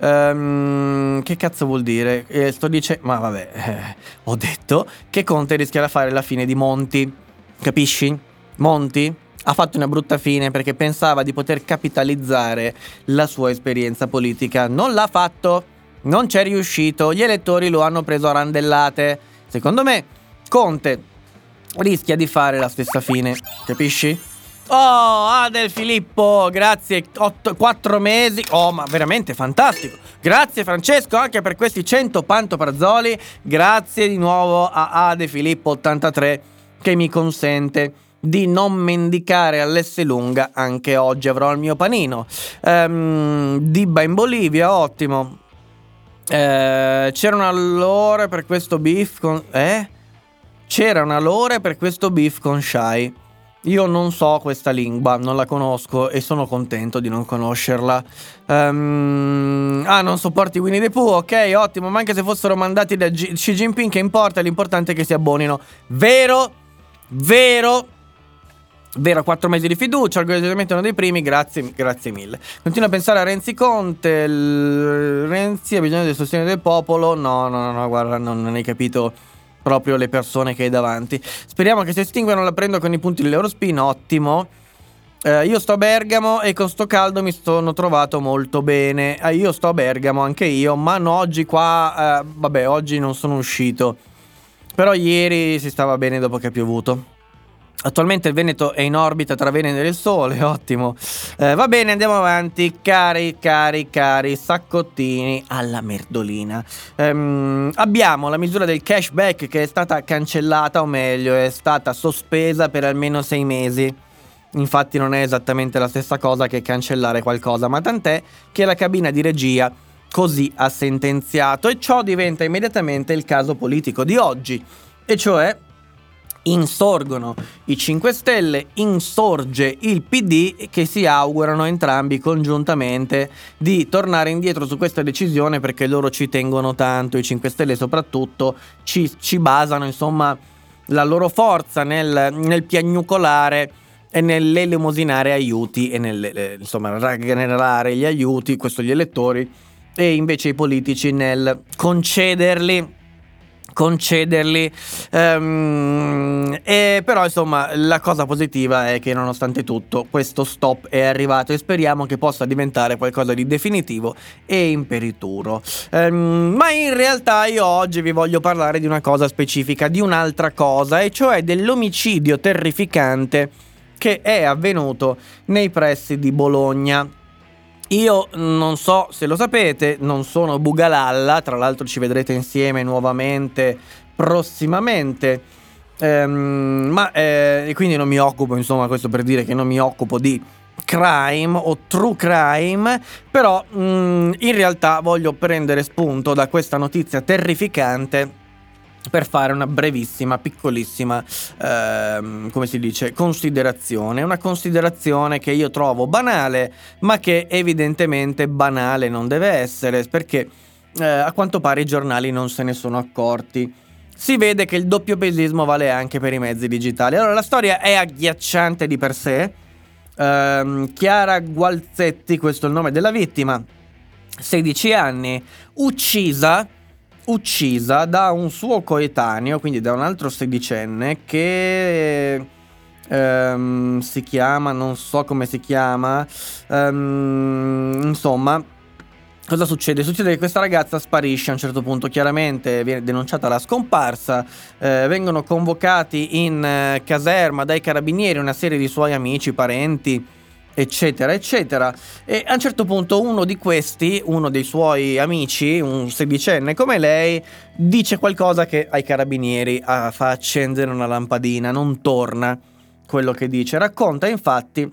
Um, che cazzo vuol dire? Eh, sto dicendo... Ma vabbè, eh, ho detto che Conte rischia di fare la fine di Monti. Capisci? Monti ha fatto una brutta fine perché pensava di poter capitalizzare la sua esperienza politica. Non l'ha fatto, non c'è riuscito, gli elettori lo hanno preso a randellate. Secondo me Conte rischia di fare la stessa fine, capisci? Oh, Adel Filippo, grazie, otto, quattro mesi. Oh, ma veramente fantastico. Grazie Francesco anche per questi cento pantoprazzoli. Grazie di nuovo a Ade Filippo ottantatré che mi consente di non mendicare all'Esselunga anche oggi. Avrò il mio panino. um, Dibba in Bolivia, ottimo. eh, C'era una lore per questo beef con... Eh? C'era una lore per questo beef con Shai. Io non so questa lingua, non la conosco e sono contento di non conoscerla. um, Ah, non sopporti Winnie the Pooh, ok, ottimo. Ma anche se fossero mandati da G- Xi Jinping, che importa? L'importante è che si abbonino. Vero? Vero? Vero, quattro mesi di fiducia, orgogliosamente uno dei primi, grazie, grazie mille. Continua a pensare a Renzi Conte. il... Renzi ha bisogno del sostegno del popolo. No, no, no, no, guarda, non, non hai capito proprio le persone che hai davanti. Speriamo che si estinguano, la prendo con i punti dell'Eurospin, ottimo. eh, Io sto a Bergamo e con sto caldo mi sono trovato molto bene. eh, Io sto a Bergamo, anche io, ma no, oggi qua, eh, vabbè, oggi non sono uscito. Però ieri si stava bene dopo che ha piovuto. Attualmente il Veneto è in orbita tra Venere e il Sole, ottimo. eh, Va bene, andiamo avanti. Cari, cari, cari saccottini alla merdolina. ehm, Abbiamo la misura del cashback che è stata cancellata, o meglio è stata sospesa per almeno sei mesi. Infatti non è esattamente la stessa cosa che cancellare qualcosa, ma tant'è che la cabina di regia così ha sentenziato. E ciò diventa immediatamente il caso politico di oggi, e cioè insorgono i cinque Stelle, insorge il P D, che si augurano entrambi congiuntamente di tornare indietro su questa decisione, perché loro ci tengono tanto, i cinque Stelle soprattutto ci, ci basano insomma la loro forza nel, nel piagnucolare e nell'elemosinare aiuti e nel eh, insomma raggenerare gli aiuti, questo gli elettori, e invece i politici nel concederli concederli um, e però insomma la cosa positiva è che nonostante tutto questo stop è arrivato, e speriamo che possa diventare qualcosa di definitivo e imperituro. um, ma in realtà io oggi vi voglio parlare di una cosa specifica, di un'altra cosa, e cioè dell'omicidio terrificante che è avvenuto nei pressi di Bologna. Io non so se lo sapete, non sono Bugalalla, tra l'altro ci vedrete insieme nuovamente prossimamente, ehm, ma eh, quindi non mi occupo, insomma, questo per dire che non mi occupo di crime o true crime, però mh, in realtà voglio prendere spunto da questa notizia terrificante per fare una brevissima, piccolissima, ehm, come si dice, considerazione. Una considerazione che io trovo banale, ma che evidentemente banale non deve essere, perché eh, a quanto pare i giornali non se ne sono accorti. Si vede che il doppiopesismo vale anche per i mezzi digitali. Allora, la storia è agghiacciante di per sé, ehm, Chiara Gualzetti, questo è il nome della vittima, sedici anni, uccisa uccisa da un suo coetaneo, quindi da un altro sedicenne che ehm, si chiama, non so come si chiama, ehm, insomma, cosa succede? Succede che questa ragazza sparisce a un certo punto, chiaramente viene denunciata la scomparsa, eh, vengono convocati in eh, caserma dai carabinieri una serie di suoi amici, parenti, eccetera eccetera, e a un certo punto uno di questi, uno dei suoi amici, un sedicenne come lei, dice qualcosa che ai carabinieri ah, fa accendere una lampadina, non torna quello che dice. Racconta infatti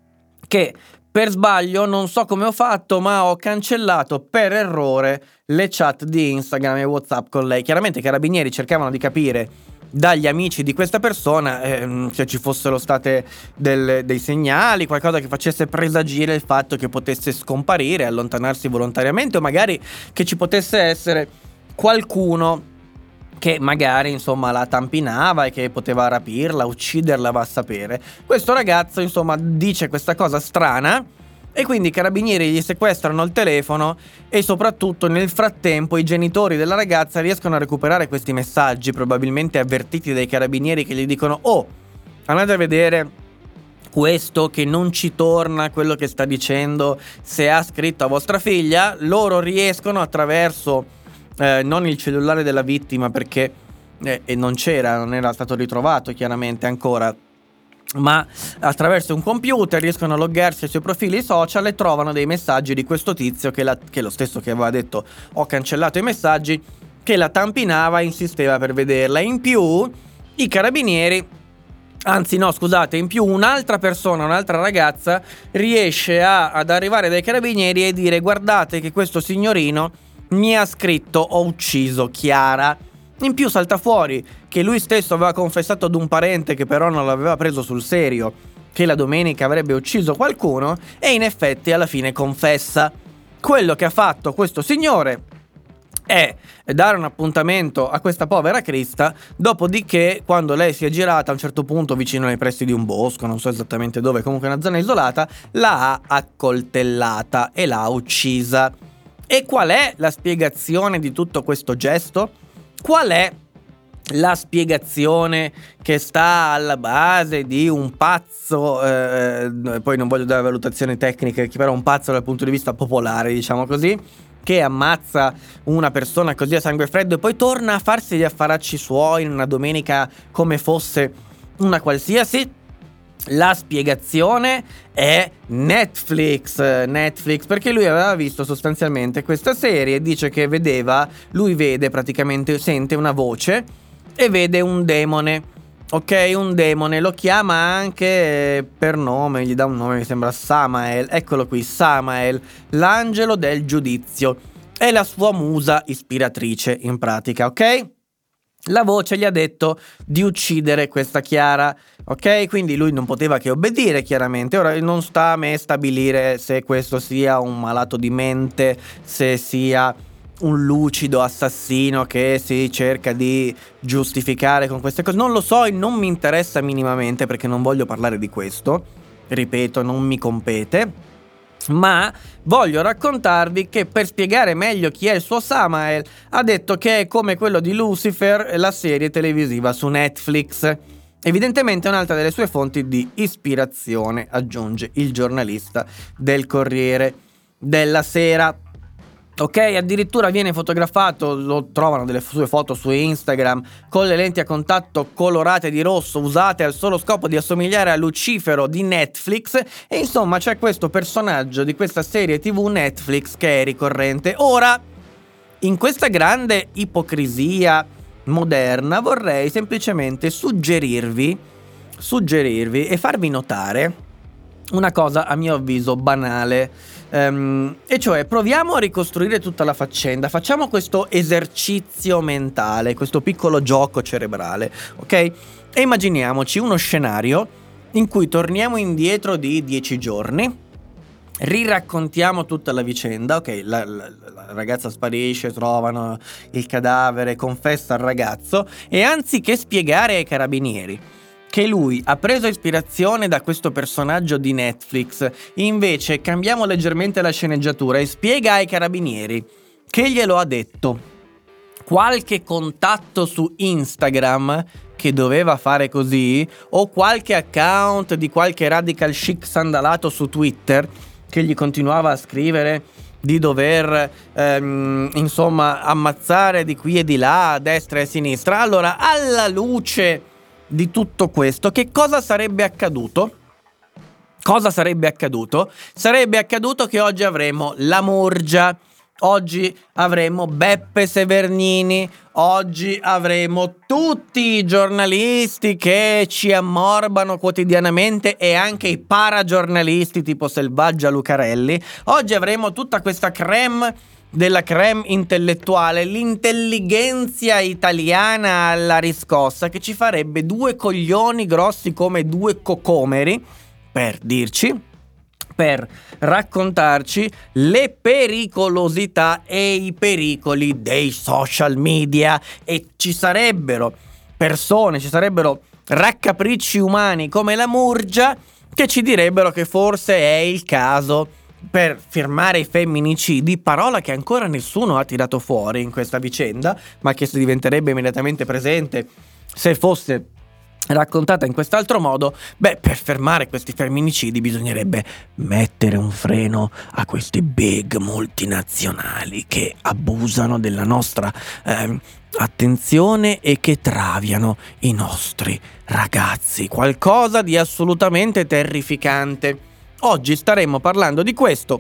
che per sbaglio, non so come ho fatto, ma ho cancellato per errore le chat di Instagram e WhatsApp con lei. Chiaramente i carabinieri cercavano di capire dagli amici di questa persona ehm, se ci fossero state del, dei segnali, qualcosa che facesse presagire il fatto che potesse scomparire, allontanarsi volontariamente, o magari che ci potesse essere qualcuno che magari insomma la tampinava e che poteva rapirla, ucciderla, va a sapere. Questo ragazzo insomma dice questa cosa strana e quindi i carabinieri gli sequestrano il telefono e soprattutto nel frattempo i genitori della ragazza riescono a recuperare questi messaggi, probabilmente avvertiti dai carabinieri, che gli dicono: oh, andate a vedere questo che non ci torna quello che sta dicendo, se ha scritto a vostra figlia. Loro riescono attraverso eh, non il cellulare della vittima, perché eh, e non c'era, non era stato ritrovato chiaramente ancora, ma attraverso un computer riescono a loggarsi ai suoi profili social e trovano dei messaggi di questo tizio che, la, che è lo stesso che aveva detto ho cancellato i messaggi, che la tampinava e insisteva per vederla. In più i carabinieri, anzi no scusate, in più un'altra persona, un'altra ragazza riesce a, ad arrivare dai carabinieri e dire: guardate che questo signorino mi ha scritto ho ucciso Chiara. In più salta fuori che lui stesso aveva confessato ad un parente, che però non l'aveva preso sul serio, che la domenica avrebbe ucciso qualcuno, e in effetti alla fine confessa. Quello che ha fatto questo signore è dare un appuntamento a questa povera Crista, dopodiché quando lei si è girata a un certo punto vicino ai pressi di un bosco, non so esattamente dove, comunque una zona isolata, la ha accoltellata e l'ha uccisa. E qual è la spiegazione di tutto questo gesto? Qual è la spiegazione che sta alla base di un pazzo, eh, poi non voglio dare valutazioni tecniche, però un pazzo dal punto di vista popolare, diciamo così, che ammazza una persona così a sangue freddo e poi torna a farsi gli affaracci suoi in una domenica come fosse una qualsiasi? La spiegazione è Netflix, Netflix, perché lui aveva visto sostanzialmente questa serie, dice che vedeva, lui vede praticamente, sente una voce e vede un demone, ok, un demone, lo chiama anche per nome, gli dà un nome, mi sembra Samael, eccolo qui, Samael, l'angelo del giudizio, è la sua musa ispiratrice in pratica, ok? La voce gli ha detto di uccidere questa Chiara, ok? Quindi lui non poteva che obbedire, chiaramente. Ora non sta a me stabilire se questo sia un malato di mente, se sia un lucido assassino che si cerca di giustificare con queste cose. Non lo so e non mi interessa minimamente, perché non voglio parlare di questo. Ripeto, non mi compete. Ma voglio raccontarvi che, per spiegare meglio chi è il suo Samael, ha detto che è come quello di Lucifer, la serie televisiva su Netflix. Evidentemente è un'altra delle sue fonti di ispirazione, aggiunge il giornalista del Corriere della Sera. Ok, addirittura viene fotografato, lo trovano delle sue foto su Instagram con le lenti a contatto colorate di rosso, usate al solo scopo di assomigliare a Lucifero di Netflix, e insomma c'è questo personaggio di questa serie tv Netflix che è ricorrente. Ora, in questa grande ipocrisia moderna, vorrei semplicemente suggerirvi, suggerirvi e farvi notare una cosa a mio avviso banale, um, e cioè proviamo a ricostruire tutta la faccenda, facciamo questo esercizio mentale, questo piccolo gioco cerebrale, ok? E immaginiamoci uno scenario in cui torniamo indietro di dieci giorni, riraccontiamo tutta la vicenda, ok? La, la, la ragazza sparisce, trovano il cadavere, confessa al ragazzo, e anziché spiegare ai carabinieri che lui ha preso ispirazione da questo personaggio di Netflix. Invece cambiamo leggermente la sceneggiatura e spiega ai carabinieri che glielo ha detto qualche contatto su Instagram che doveva fare così, o qualche account di qualche radical chic sandalato su Twitter che gli continuava a scrivere di dover ehm, insomma ammazzare di qui e di là, a destra e a sinistra. Allora, alla luce di tutto questo, che cosa sarebbe accaduto? Cosa sarebbe accaduto? Sarebbe accaduto che oggi avremo la Murgia, oggi avremo Beppe Severnini, oggi avremo tutti i giornalisti che ci ammorbano quotidianamente e anche i paragiornalisti tipo Selvaggia Lucarelli. Oggi avremo tutta questa crème della crème intellettuale, l'intellighenzia italiana alla riscossa, che ci farebbe due coglioni grossi come due cocomeri, per dirci, per raccontarci le pericolosità e i pericoli dei social media. E ci sarebbero persone, ci sarebbero raccapricci umani come la Murgia che ci direbbero che forse è il caso per fermare i femminicidi, parola che ancora nessuno ha tirato fuori in questa vicenda, ma che si diventerebbe immediatamente presente se fosse raccontata in quest'altro modo. Beh, per fermare questi femminicidi bisognerebbe mettere un freno a questi big multinazionali che abusano della nostra ehm, attenzione e che traviano i nostri ragazzi. Qualcosa di assolutamente terrificante. Oggi staremo parlando di questo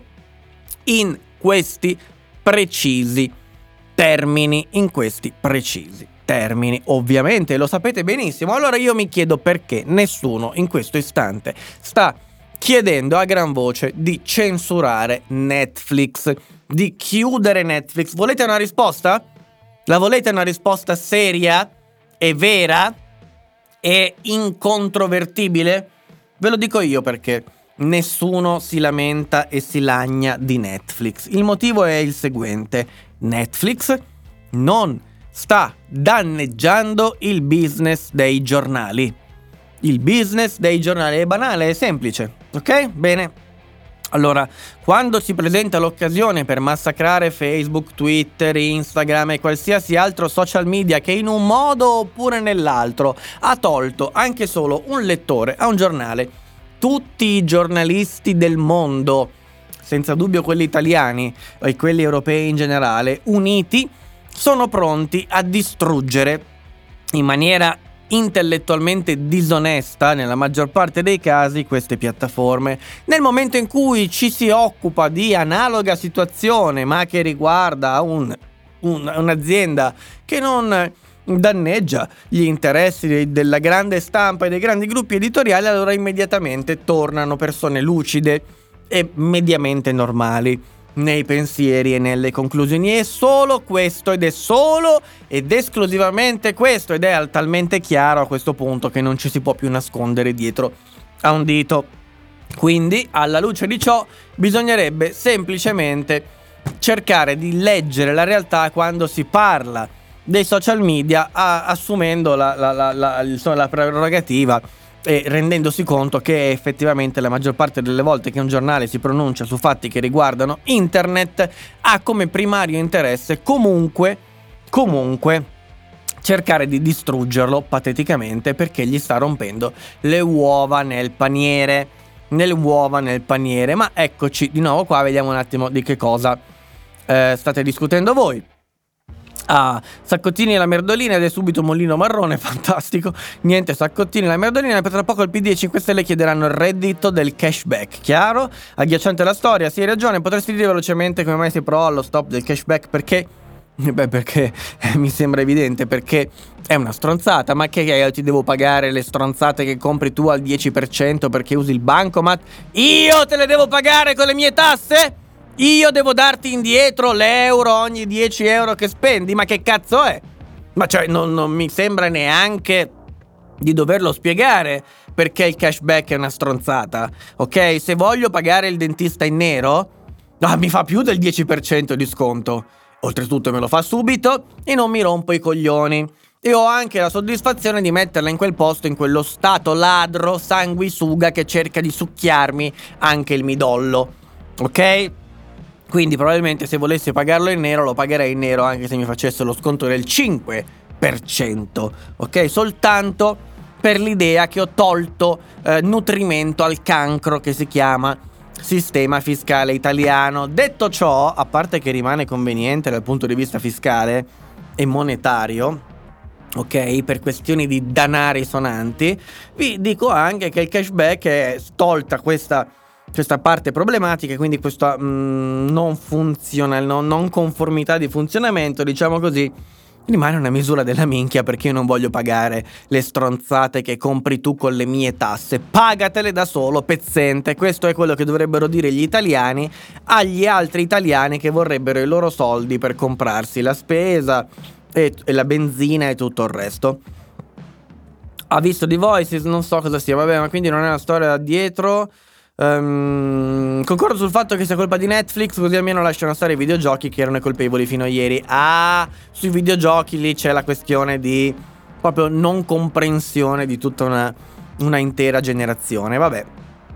in questi precisi termini, in questi precisi termini, ovviamente lo sapete benissimo. Allora io mi chiedo perché nessuno in questo istante sta chiedendo a gran voce di censurare Netflix, di chiudere Netflix. Volete una risposta? La volete una risposta seria e vera e incontrovertibile? Ve lo dico io perché nessuno si lamenta e si lagna di Netflix. Il motivo è il seguente: Netflix non sta danneggiando il business dei giornali. Il business dei giornali è banale, è semplice, ok? Bene. Allora, quando si presenta l'occasione per massacrare Facebook, Twitter, Instagram e qualsiasi altro social media che in un modo oppure nell'altro ha tolto anche solo un lettore a un giornale, tutti i giornalisti del mondo, senza dubbio quelli italiani e quelli europei in generale, uniti, sono pronti a distruggere in maniera intellettualmente disonesta, nella maggior parte dei casi, queste piattaforme. Nel momento in cui ci si occupa di analoga situazione, ma che riguarda un, un, un'azienda che non danneggia gli interessi della grande stampa e dei grandi gruppi editoriali, allora immediatamente tornano persone lucide e mediamente normali nei pensieri e nelle conclusioni. È solo questo, ed è solo ed esclusivamente questo, ed è talmente chiaro a questo punto che non ci si può più nascondere dietro a un dito. Quindi, alla luce di ciò, bisognerebbe semplicemente cercare di leggere la realtà quando si parla dei social media, a, assumendo la, la, la, la, la prerogativa e rendendosi conto che effettivamente la maggior parte delle volte che un giornale si pronuncia su fatti che riguardano internet ha come primario interesse comunque, comunque cercare di distruggerlo pateticamente, perché gli sta rompendo le uova nel paniere, nelle uova nel paniere. Ma eccoci di nuovo qua, vediamo un attimo di che cosa eh, state discutendo voi. Ah, Saccottini e la Merdolina ed è subito Mollino Marrone, fantastico. Niente, Saccottini e la Merdolina, per tra poco il P D e cinque Stelle chiederanno il reddito del cashback. Chiaro? Agghiacciante la storia, sì, hai ragione. Potresti dire velocemente come mai si pro allo stop del cashback? Perché? Beh, perché eh, mi sembra evidente, perché è una stronzata. Ma che io ti devo pagare le stronzate che compri tu al dieci per cento perché usi il bancomat? Io te le devo pagare con le mie tasse? Io devo darti indietro l'euro ogni dieci euro che spendi? Ma che cazzo è? Ma cioè non, non mi sembra neanche di doverlo spiegare perché il cashback è una stronzata, ok? Se voglio pagare il dentista in nero, no, mi fa più del dieci per cento di sconto. Oltretutto me lo fa subito e non mi rompo i coglioni. e ho anche la soddisfazione di metterla in quel posto, in quello stato ladro, sanguisuga che cerca di succhiarmi anche il midollo, ok? Quindi probabilmente se volessi pagarlo in nero lo pagherei in nero anche se mi facesse lo sconto del cinque per cento, ok? Soltanto per l'idea che ho tolto eh, nutrimento al cancro che si chiama sistema fiscale italiano. Detto ciò, a parte che rimane conveniente dal punto di vista fiscale e monetario, ok, per questioni di danari sonanti, vi dico anche che il cashback è tolta questa questa parte problematica, quindi questa mh, non funziona, non, non conformità di funzionamento, diciamo così, rimane una misura della minchia, perché io non voglio pagare le stronzate che compri tu con le mie tasse. Pagatele da solo, pezzente. Questo è quello che dovrebbero dire gli italiani agli altri italiani che vorrebbero i loro soldi per comprarsi la spesa e, e la benzina e tutto il resto. Ha visto The Voices? Non so cosa sia, vabbè, ma quindi non è una storia dietro. Um, concordo sul fatto che sia colpa di Netflix, così almeno lasciano stare i videogiochi che erano i colpevoli fino a ieri. Ah, sui videogiochi lì c'è la questione di proprio non comprensione di tutta una, una intera generazione. Vabbè,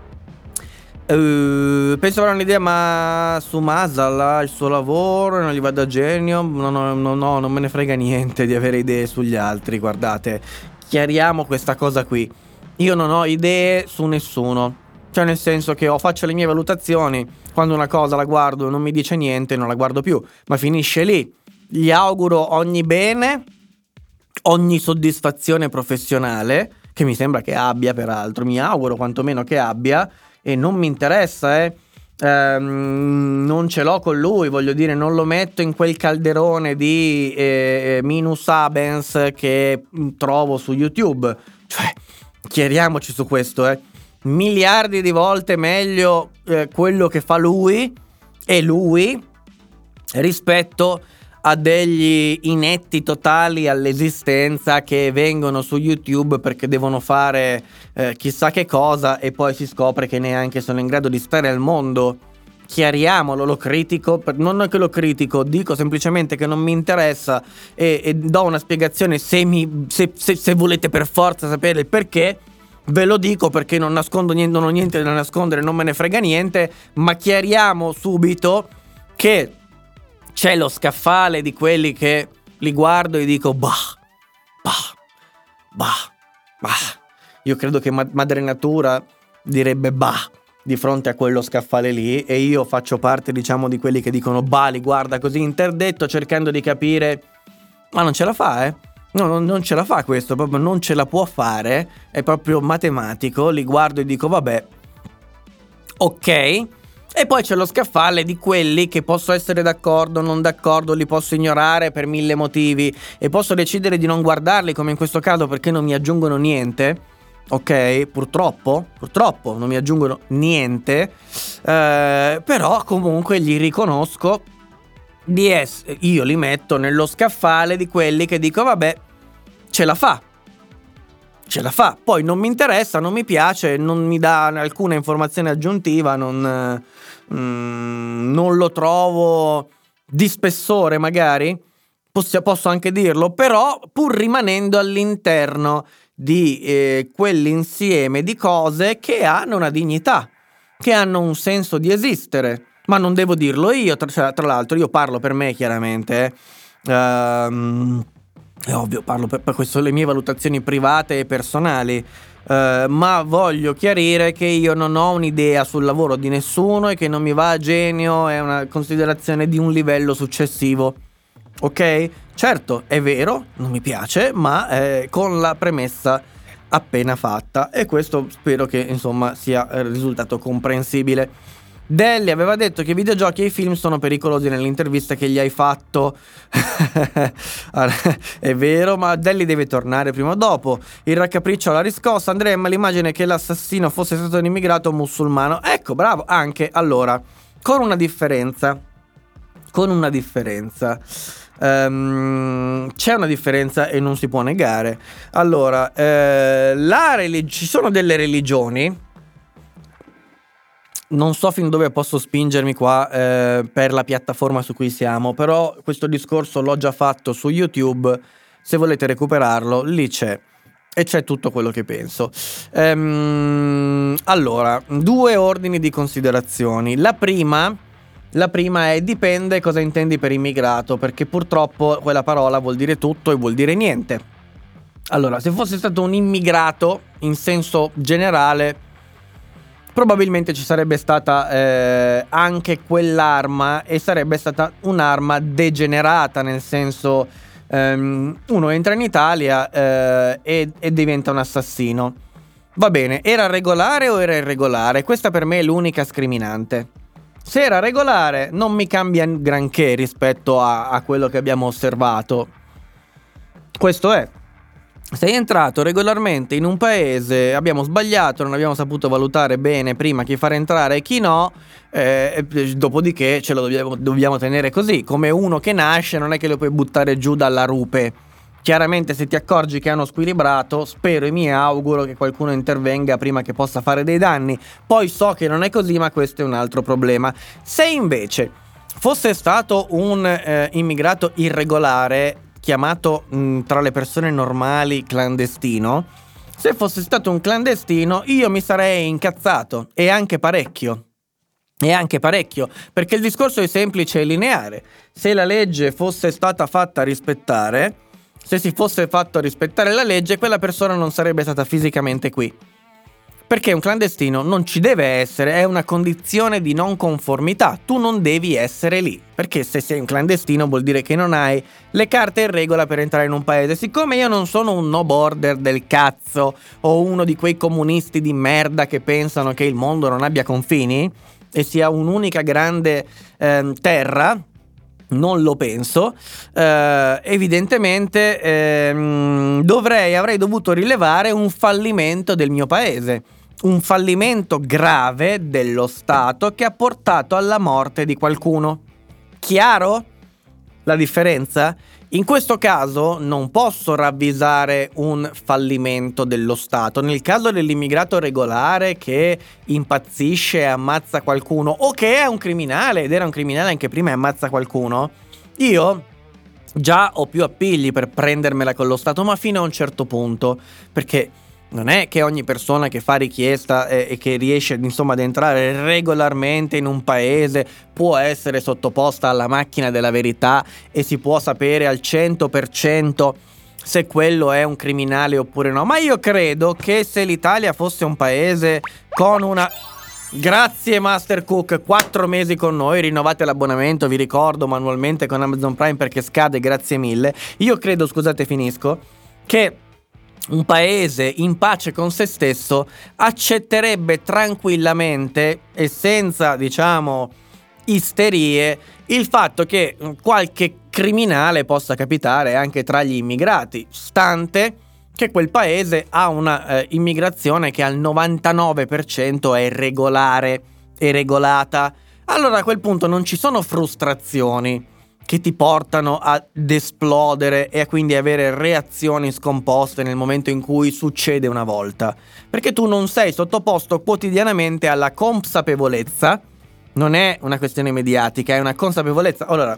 uh, penso avrà un'idea ma su Masala, il suo lavoro, non gli va da genio. No, no, no, no, non me ne frega niente di avere idee sugli altri. Guardate, chiariamo questa cosa qui. Io non ho idee su nessuno. Cioè, nel senso che io faccio le mie valutazioni, quando una cosa la guardo e non mi dice niente, non la guardo più, ma finisce lì. Gli auguro ogni bene, ogni soddisfazione professionale, che mi sembra che abbia peraltro, mi auguro quantomeno che abbia, e non mi interessa, eh. Ehm, non ce l'ho con lui, voglio dire, non lo metto in quel calderone di eh, minus abens che trovo su YouTube. Cioè, chiariamoci su questo, eh. Miliardi di volte meglio eh, quello che fa lui e lui rispetto a degli inetti totali all'esistenza che vengono su YouTube perché devono fare eh, chissà che cosa e poi si scopre che neanche sono in grado di stare al mondo. Chiariamolo, lo critico, per, non è che lo critico, dico semplicemente che non mi interessa e, e do una spiegazione se, mi, se, se, se volete per forza sapere il perché. Ve lo dico perché non nascondo niente, non ho niente da nascondere, non me ne frega niente, ma chiariamo subito che c'è lo scaffale di quelli che li guardo e dico bah, bah, bah, bah. Io credo che ma- Madre Natura direbbe bah di fronte a quello scaffale lì, e io faccio parte, diciamo, di quelli che dicono bah, li guarda così interdetto cercando di capire, ma non ce la fa, eh. No, non, non ce la fa questo, proprio non ce la può fare, è proprio matematico, li guardo e dico vabbè, ok, e poi c'è lo scaffale di quelli che posso essere d'accordo, non d'accordo, li posso ignorare per mille motivi e posso decidere di non guardarli, come in questo caso, perché non mi aggiungono niente, ok, purtroppo, purtroppo non mi aggiungono niente, eh, però comunque gli riconosco di essere, io li metto nello scaffale di quelli che dico vabbè, ce la fa, ce la fa, poi non mi interessa, non mi piace, non mi dà alcuna informazione aggiuntiva, non, mm, non lo trovo di spessore magari, Posso, posso anche dirlo, però pur rimanendo all'interno di eh, quell'insieme di cose che hanno una dignità, che hanno un senso di esistere. Ma non devo dirlo io, tra, tra l'altro io parlo per me chiaramente, eh. um, è ovvio, parlo per, per questo, le mie valutazioni private e personali, uh, ma voglio chiarire che io non ho un'idea sul lavoro di nessuno e che non mi va a genio, è una considerazione di un livello successivo, ok? Certo, è vero, non mi piace, ma eh, con la premessa appena fatta, e questo spero che insomma sia risultato comprensibile. Delli aveva detto che i videogiochi e i film sono pericolosi nell'intervista che gli hai fatto. È vero, ma Delli deve tornare prima o dopo. Il raccapriccio alla riscossa. Andrea, ma l'immagine che l'assassino fosse stato un immigrato musulmano. Ecco, bravo, anche. Allora, con una differenza. Con una differenza. Um, c'è una differenza e non si può negare. Allora, eh, la relig- ci sono delle religioni. Non so fin dove posso spingermi qua eh, per la piattaforma su cui siamo, però questo discorso l'ho già fatto su YouTube se volete recuperarlo lì c'è. E c'è tutto quello che penso. Ehm, allora, due ordini di considerazioni. La prima, la prima è dipende cosa intendi per immigrato, perché purtroppo quella parola vuol dire tutto e vuol dire niente. Allora, se fosse stato un immigrato in senso generale, probabilmente ci sarebbe stata eh, anche quell'arma e sarebbe stata un'arma degenerata, nel senso Um, uno entra in Italia uh, e, e diventa un assassino. Va bene, era regolare o era irregolare? Questa per me è l'unica scriminante. Se era regolare non mi cambia granché rispetto a, a quello che abbiamo osservato. Questo è. Sei entrato regolarmente in un paese, abbiamo sbagliato, non abbiamo saputo valutare bene prima chi far entrare e chi no, eh, dopodiché ce lo dobbiamo, dobbiamo tenere così. Come uno che nasce non è che lo puoi buttare giù dalla rupe. Chiaramente se ti accorgi che è uno squilibrato, spero e mi auguro che qualcuno intervenga prima che possa fare dei danni. Poi so che non è così, ma questo è un altro problema. Se invece fosse stato un eh, immigrato irregolare, chiamato mh, tra le persone normali clandestino, se fosse stato un clandestino io mi sarei incazzato, e anche parecchio e anche parecchio perché il discorso è semplice e lineare. Se la legge fosse stata fatta rispettare, se si fosse fatto rispettare la legge, quella persona non sarebbe stata fisicamente qui, perché un clandestino non ci deve essere, è una condizione di non conformità, tu non devi essere lì, perché se sei un clandestino vuol dire che non hai le carte in regola per entrare in un paese. Siccome io non sono un no border del cazzo o uno di quei comunisti di merda che pensano che il mondo non abbia confini e sia un'unica grande eh, terra, non lo penso, eh, evidentemente eh, dovrei, avrei dovuto rilevare un fallimento del mio paese. Un fallimento grave dello Stato che ha portato alla morte di qualcuno. Chiaro? La differenza? In questo caso non posso ravvisare un fallimento dello Stato. Nel caso dell'immigrato regolare che impazzisce e ammazza qualcuno, o che è un criminale, ed era un criminale anche prima e ammazza qualcuno, io già ho più appigli per prendermela con lo Stato, ma fino a un certo punto, perché non è che ogni persona che fa richiesta e, e che riesce insomma ad entrare regolarmente in un paese può essere sottoposta alla macchina della verità e si può sapere al cento per cento se quello è un criminale oppure no. Ma io credo che se l'Italia fosse un paese con una... Grazie Master Cook, quattro mesi con noi, rinnovate l'abbonamento, vi ricordo manualmente con Amazon Prime perché scade, grazie mille. Io credo, scusate finisco, che un paese in pace con se stesso accetterebbe tranquillamente e senza, diciamo, isterie il fatto che qualche criminale possa capitare anche tra gli immigrati, stante che quel paese ha una eh, immigrazione che al novantanove per cento è regolare e regolata. Allora a quel punto non ci sono frustrazioni che ti portano ad esplodere e a quindi avere reazioni scomposte nel momento in cui succede una volta, perché tu non sei sottoposto quotidianamente alla consapevolezza. Non è una questione mediatica, è una consapevolezza. Allora,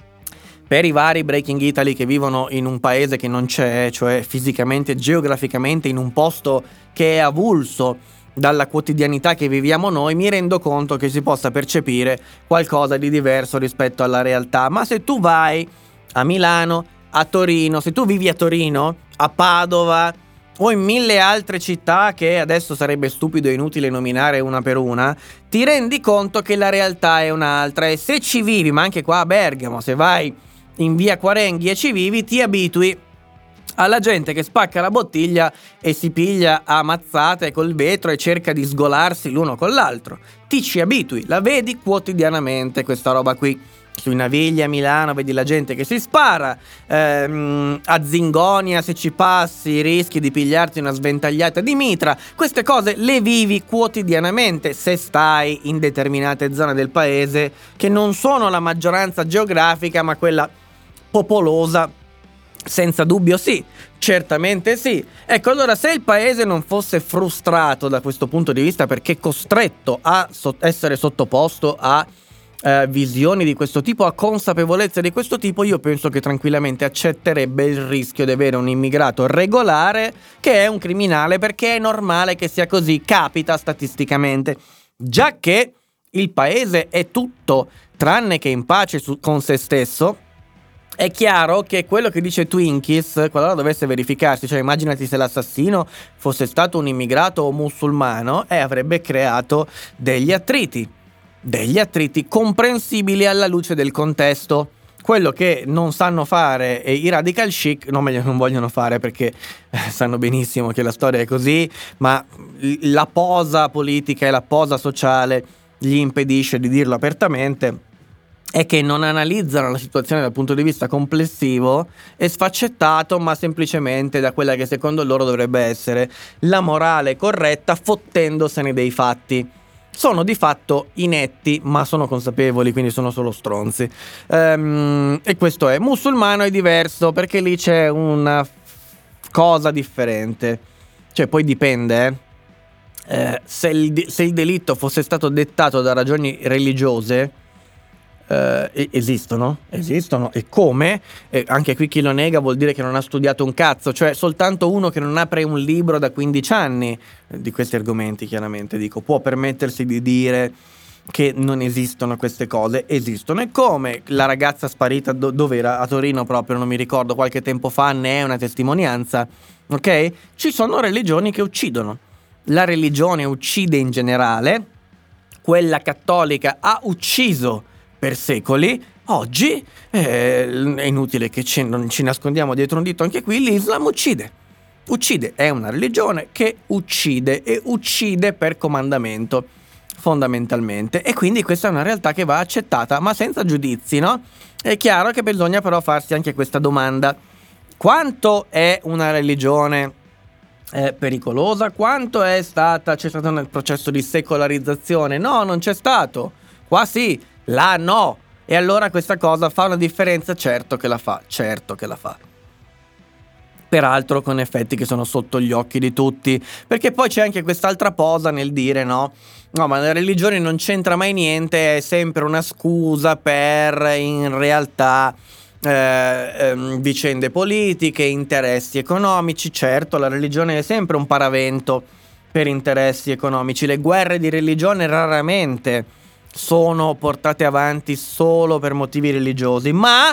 per i vari Breaking Italy che vivono in un paese che non c'è, cioè fisicamente, geograficamente in un posto che è avulso dalla quotidianità che viviamo noi, mi rendo conto che si possa percepire qualcosa di diverso rispetto alla realtà. Ma se tu vai a Milano, a Torino, se tu vivi a Torino, a Padova o in mille altre città che adesso sarebbe stupido e inutile nominare una per una, ti rendi conto che la realtà è un'altra. E se ci vivi, ma anche qua a Bergamo, se vai in via Quarenghi e ci vivi, ti abitui alla gente che spacca la bottiglia e si piglia a mazzate col vetro e cerca di sgolarsi l'uno con l'altro. Ti ci abitui, la vedi quotidianamente questa roba qui. Sui Navigli a Milano vedi la gente che si spara, ehm, a Zingonia se ci passi rischi di pigliarti una sventagliata di mitra. Queste cose le vivi quotidianamente se stai in determinate zone del paese che non sono la maggioranza geografica ma quella popolosa. Senza dubbio sì, certamente sì. Ecco, allora se il paese non fosse frustrato da questo punto di vista perché costretto a so- essere sottoposto a eh, visioni di questo tipo, ha consapevolezza di questo tipo, io penso che tranquillamente accetterebbe il rischio di avere un immigrato regolare che è un criminale, perché è normale che sia così, capita statisticamente, già che il paese è tutto tranne che in pace su- con se stesso. È chiaro che quello che dice Twinkies, qualora dovesse verificarsi, cioè immaginati se l'assassino fosse stato un immigrato o musulmano, e avrebbe creato degli attriti, degli attriti comprensibili alla luce del contesto. Quello che non sanno fare e i radical chic non, meglio, non vogliono fare, perché eh, sanno benissimo che la storia è così, ma la posa politica e la posa sociale gli impedisce di dirlo apertamente, è che non analizzano la situazione dal punto di vista complessivo e sfaccettato, ma semplicemente da quella che secondo loro dovrebbe essere la morale corretta, fottendosene dei fatti. Sono di fatto inetti, ma sono consapevoli, quindi sono solo stronzi. Ehm, e questo è. Musulmano è diverso, perché lì c'è una cosa differente. Cioè, poi dipende, eh. Eh, se, il, se il delitto fosse stato dettato da ragioni religiose, eh, esistono, esistono, e come? Eh, anche qui chi lo nega vuol dire che non ha studiato un cazzo, cioè soltanto uno che non apre un libro da quindici anni eh, di questi argomenti, chiaramente dico, può permettersi di dire che non esistono queste cose. Esistono, e come la ragazza sparita do- dove era? A Torino proprio, non mi ricordo, qualche tempo fa, ne è una testimonianza, ok? Ci sono religioni che uccidono. La religione uccide in generale, quella cattolica ha ucciso per secoli, oggi eh, è inutile che ci, non ci nascondiamo dietro un dito anche qui, l'Islam uccide, uccide, è una religione che uccide e uccide per comandamento fondamentalmente, e quindi questa è una realtà che va accettata ma senza giudizi, no? È chiaro che bisogna però farsi anche questa domanda: quanto è una religione è pericolosa? Quanto è stata c'è stato nel processo di secolarizzazione? No, non c'è stato. Qua sì, là no. E allora questa cosa fa una differenza? Certo che la fa, certo che la fa. Peraltro con effetti che sono sotto gli occhi di tutti, perché poi c'è anche quest'altra posa nel dire no, no, ma la religione non c'entra mai niente, è sempre una scusa per in realtà Eh, ehm, vicende politiche, interessi economici. Certo, la religione è sempre un paravento per interessi economici. Le guerre di religione raramente sono portate avanti solo per motivi religiosi, ma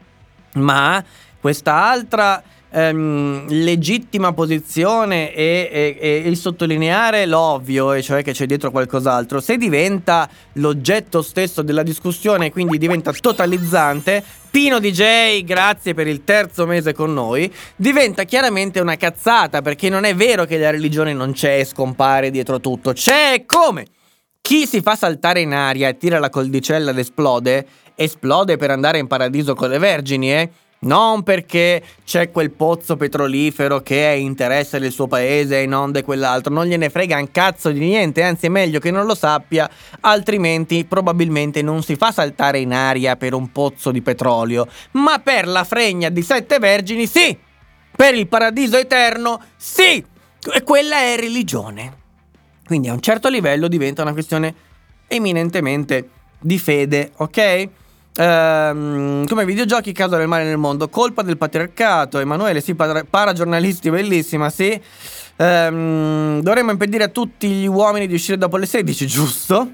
ma questa altra ehm, legittima posizione e, e, e il sottolineare l'ovvio, e cioè che c'è dietro qualcos'altro, se diventa l'oggetto stesso della discussione e quindi diventa totalizzante, Pino D J, grazie per il terzo mese con noi, diventa chiaramente una cazzata, perché non è vero che la religione non c'è e scompare dietro tutto. C'è, come? Chi si fa saltare in aria e tira la coldicella ed esplode, esplode per andare in paradiso con le vergini, eh? Non perché c'è quel pozzo petrolifero che è interesse del suo paese e non di quell'altro. Non gliene frega un cazzo di niente, anzi è meglio che non lo sappia, altrimenti probabilmente non si fa saltare in aria per un pozzo di petrolio, ma per la fregna di sette vergini sì, per il paradiso eterno sì, e quella è religione. Quindi a un certo livello diventa una questione eminentemente di fede, ok? Ehm, come videogiochi, causa del male nel mondo, colpa del patriarcato. Emanuele, sì, para- paragiornalisti, bellissima, sì. Ehm, dovremmo impedire a tutti gli uomini di uscire dopo le sedici, giusto?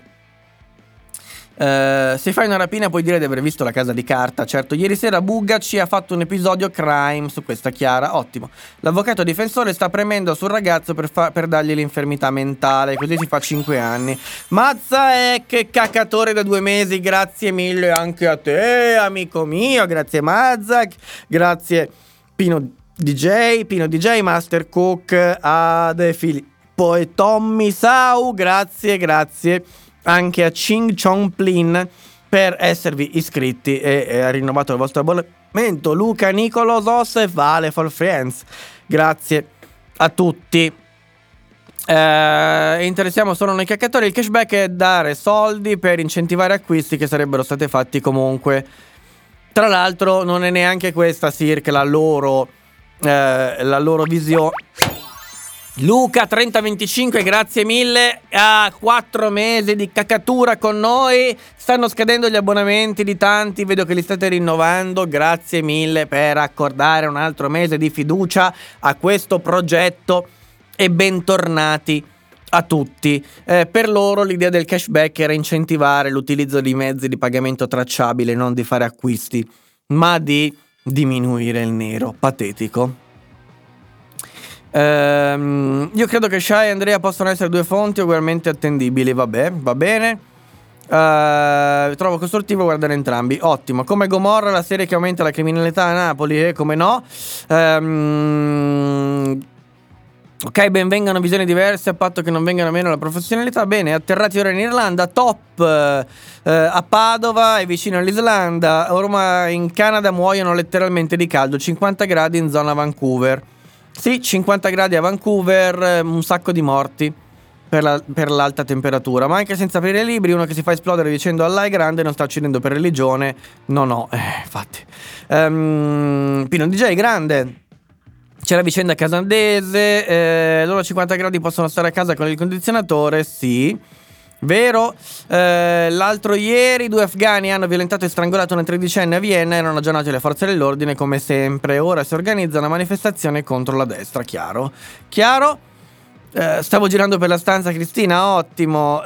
Uh, se fai una rapina puoi dire di aver visto La Casa di Carta. Certo, ieri sera Bugga ci ha fatto un episodio crime su questa Chiara. Ottimo. L'avvocato difensore sta premendo sul ragazzo per, fa- per dargli l'infermità mentale, così si fa cinque anni. Mazza è che cacatore da due mesi. Grazie mille anche a te, amico mio. Grazie Mazzak. Grazie Pino D J, Pino D J, Master Cook, Ade Filippo e Tommy Sau. Grazie, grazie anche a Ching Chong Plin per esservi iscritti e, e ha rinnovato il vostro abbonamento. Luca, Nicolo, Zos e Vale for Friends, grazie a tutti. Eh, interessiamo solo noi caccatori. Il cashback è dare soldi per incentivare acquisti che sarebbero stati fatti comunque. Tra l'altro non è neanche questa, Cirque, la loro eh, la loro visione. Luca trenta venticinque, grazie mille, a quattro mesi di cacatura con noi. Stanno scadendo gli abbonamenti di tanti, vedo che li state rinnovando. Grazie mille per accordare un altro mese di fiducia a questo progetto e bentornati a tutti. Eh, per loro l'idea del cashback era incentivare l'utilizzo di mezzi di pagamento tracciabile, non di fare acquisti, ma di diminuire il nero. Patetico. Ehm, io credo che Shai e Andrea possano essere due fonti ugualmente attendibili. Vabbè, va bene. Ehm, trovo costruttivo guardare entrambi. Ottimo. Come Gomorra, la serie che aumenta la criminalità a Napoli, eh? Come no? Ehm, ok, ben vengano visioni diverse a patto che non vengano meno la professionalità. Bene, atterrati ora in Irlanda. Top. eh, a Padova e vicino all'Islanda. Ormai in Canada muoiono letteralmente di caldo. cinquanta gradi in zona Vancouver. Sì, cinquanta gradi a Vancouver, un sacco di morti per, la, per l'alta temperatura. Ma anche senza aprire libri, uno che si fa esplodere dicendo Allah è grande non sta uccidendo per religione. No, no, eh, infatti. Um, Pino D J, grande. C'è la vicenda canadese, eh, loro a cinquanta gradi possono stare a casa con il condizionatore, sì. Vero, eh, l'altro ieri due afghani hanno violentato e strangolato una tredicenne a Vienna e erano aggiornati le forze dell'ordine come sempre. Ora si organizza una manifestazione contro la destra, chiaro? Chiaro? Eh, stavo girando per la stanza, Cristina, ottimo.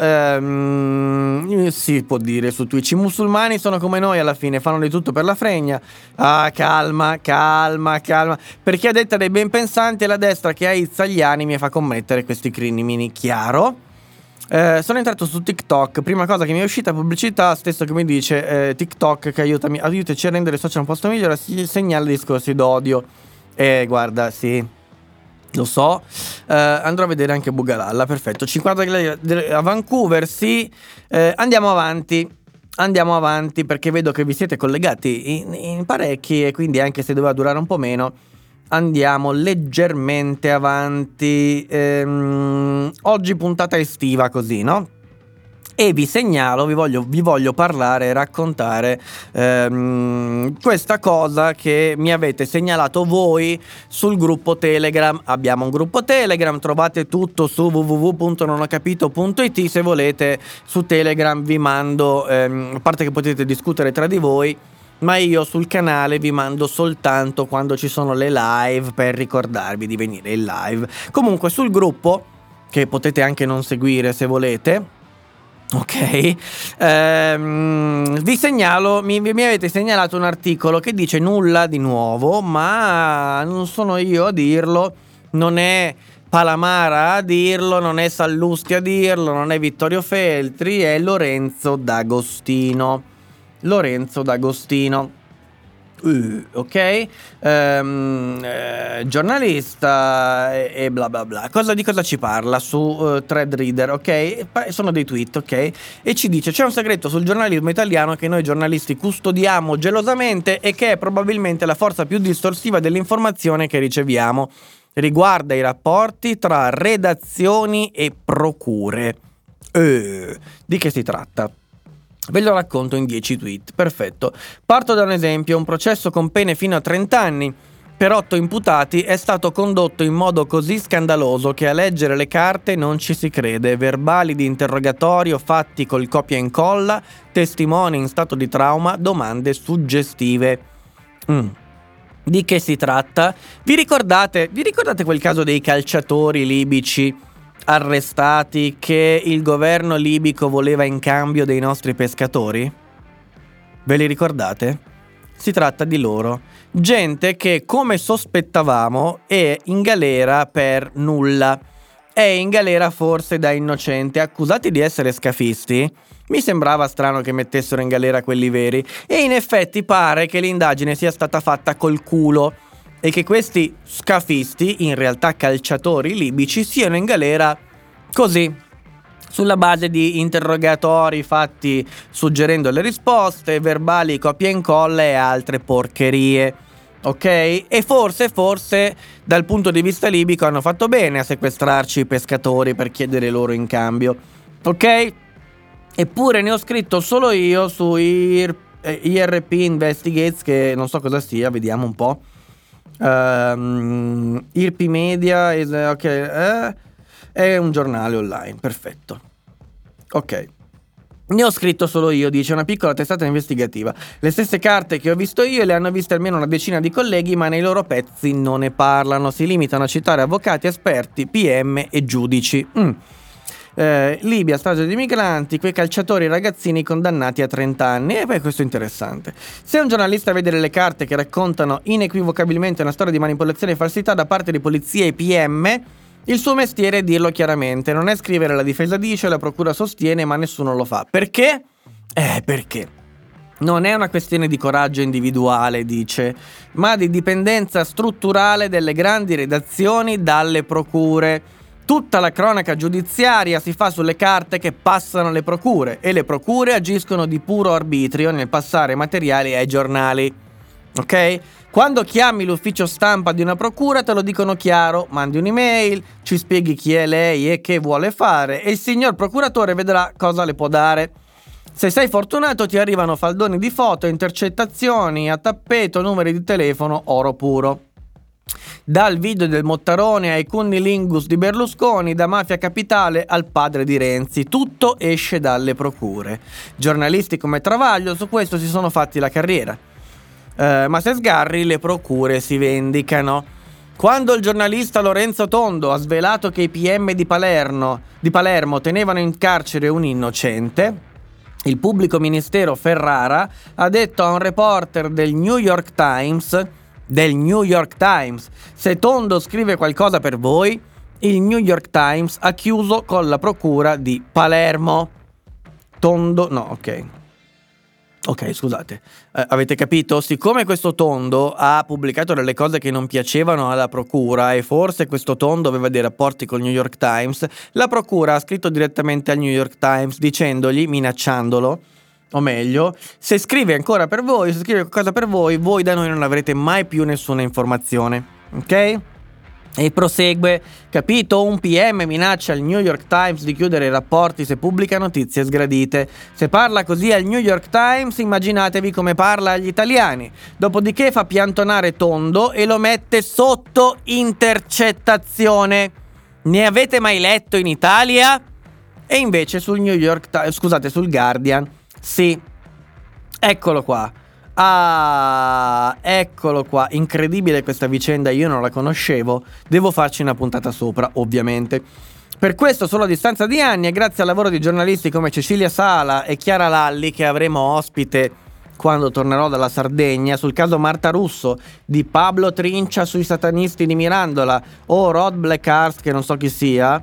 Ehm, si può dire su Twitch, i musulmani sono come noi alla fine, fanno di tutto per la fregna. Ah, calma, calma, calma. Perché a detta dei ben pensanti è la destra che aizza gli animi e fa commettere questi crimini, chiaro? Eh, sono entrato su TikTok, prima cosa che mi è uscita pubblicità, stesso che mi dice eh, TikTok che aiutami, aiutaci a rendere il social un posto migliore, si segnala discorsi d'odio. E guarda, sì, lo so, eh, andrò a vedere anche Bugalalla, perfetto. cinquanta gradi a Vancouver, sì. eh, Andiamo avanti, andiamo avanti perché vedo che vi siete collegati in, in parecchi e quindi anche se doveva durare un po' meno andiamo leggermente avanti. ehm, Oggi puntata estiva così, no? E vi segnalo, vi voglio, vi voglio parlare e raccontare ehm, questa cosa che mi avete segnalato voi sul gruppo Telegram. Abbiamo un gruppo Telegram, trovate tutto su w w w punto non ho capito punto i t. Se volete su Telegram vi mando, ehm, a parte che potete discutere tra di voi, ma io sul canale vi mando soltanto quando ci sono le live per ricordarvi di venire in live. Comunque sul gruppo, che potete anche non seguire se volete, ok, ehm, vi segnalo, mi, mi avete segnalato un articolo che dice nulla di nuovo, ma non sono io a dirlo, non è Palamara a dirlo, non è Sallusti a dirlo, non è Vittorio Feltri, è Lorenzo D'Agostino. Lorenzo D'Agostino, uh, ok, um, eh, giornalista e, e bla bla bla. Cosa, di cosa ci parla su uh, Threadreader, ok? Sono dei tweet, ok? E ci dice: c'è un segreto sul giornalismo italiano che noi giornalisti custodiamo gelosamente e che è probabilmente la forza più distorsiva dell'informazione che riceviamo. Riguarda i rapporti tra redazioni e procure. Uh, di che si tratta? Ve lo racconto in dieci tweet, perfetto. Parto da un esempio, un processo con pene fino a trenta anni per otto imputati è stato condotto in modo così scandaloso che a leggere le carte non ci si crede. Verbali di interrogatorio fatti col copia e incolla, testimoni in stato di trauma, domande suggestive. Mm. Di che si tratta? Vi ricordate, vi ricordate quel caso dei calciatori libici arrestati che il governo libico voleva in cambio dei nostri pescatori? Ve li ricordate? Si tratta di loro. Gente che, come sospettavamo, è in galera per nulla. È in galera forse da innocente, accusati di essere scafisti. Mi sembrava strano che mettessero in galera quelli veri. E in effetti pare che l'indagine sia stata fatta col culo e che questi scafisti, in realtà calciatori libici, siano in galera così, sulla base di interrogatori fatti suggerendo le risposte, verbali, copia e incolla e altre porcherie, ok? E forse, forse, dal punto di vista libico hanno fatto bene a sequestrarci i pescatori per chiedere loro in cambio, ok? Eppure ne ho scritto solo io su I R P Investigates, che non so cosa sia, vediamo un po'. Um, I R P Media is, ok, eh, è un giornale online, perfetto. Ok. Ne ho scritto solo io, dice una piccola testata investigativa. Le stesse carte che ho visto io le hanno viste almeno una decina di colleghi, ma nei loro pezzi non ne parlano. Si limitano a citare avvocati, esperti, P M e giudici. Mm. Eh, Libia, strage di migranti, quei calciatori ragazzini condannati a trenta anni. E beh, questo è interessante. Se un giornalista vede le carte che raccontano inequivocabilmente una storia di manipolazione e falsità da parte di polizia e P M, il suo mestiere è dirlo chiaramente, non è scrivere la difesa dice, la procura sostiene, ma nessuno lo fa. Perché? Eh, perché? Non è una questione di coraggio individuale, dice, ma di dipendenza strutturale delle grandi redazioni dalle procure. Tutta la cronaca giudiziaria si fa sulle carte che passano le procure e le procure agiscono di puro arbitrio nel passare materiali ai giornali. Ok? Quando chiami l'ufficio stampa di una procura te lo dicono chiaro, mandi un'email, ci spieghi chi è lei e che vuole fare e il signor procuratore vedrà cosa le può dare. Se sei fortunato ti arrivano faldoni di foto, intercettazioni a tappeto, numeri di telefono, oro puro. Dal video del Mottarone ai cunnilingus di Berlusconi, da Mafia Capitale al padre di Renzi, tutto esce dalle procure. Giornalisti come Travaglio su questo si sono fatti la carriera. Uh, ma se sgarri le procure si vendicano. Quando il giornalista Lorenzo Tondo ha svelato che i P M di Palermo, di Palermo tenevano in carcere un innocente, il pubblico ministero Ferrara ha detto a un reporter del New York Times, del New York Times, se Tondo scrive qualcosa per voi, il New York Times ha chiuso con la procura di Palermo. Tondo, no, ok. Ok, scusate, eh, avete capito? Siccome questo Tondo ha pubblicato delle cose che non piacevano alla procura e forse questo Tondo aveva dei rapporti col New York Times, la procura ha scritto direttamente al New York Times dicendogli, minacciandolo, o meglio, se scrive ancora per voi, se scrive qualcosa per voi, voi da noi non avrete mai più nessuna informazione, ok? E prosegue, capito? Un P M minaccia al New York Times di chiudere i rapporti se pubblica notizie sgradite. Se parla così al New York Times, immaginatevi come parla agli italiani. Dopodiché fa piantonare Tondo e lo mette sotto intercettazione. Ne avete mai letto in Italia? E invece sul New York Times, scusate, sul Guardian, sì. Eccolo qua. Ah, eccolo qua, incredibile questa vicenda, io non la conoscevo, devo farci una puntata sopra, ovviamente. Per questo, solo a distanza di anni e grazie al lavoro di giornalisti come Cecilia Sala e Chiara Lalli, che avremo ospite quando tornerò dalla Sardegna, sul caso Marta Russo, di Pablo Trincia sui satanisti di Mirandola o Rod Blackhurst, che non so chi sia.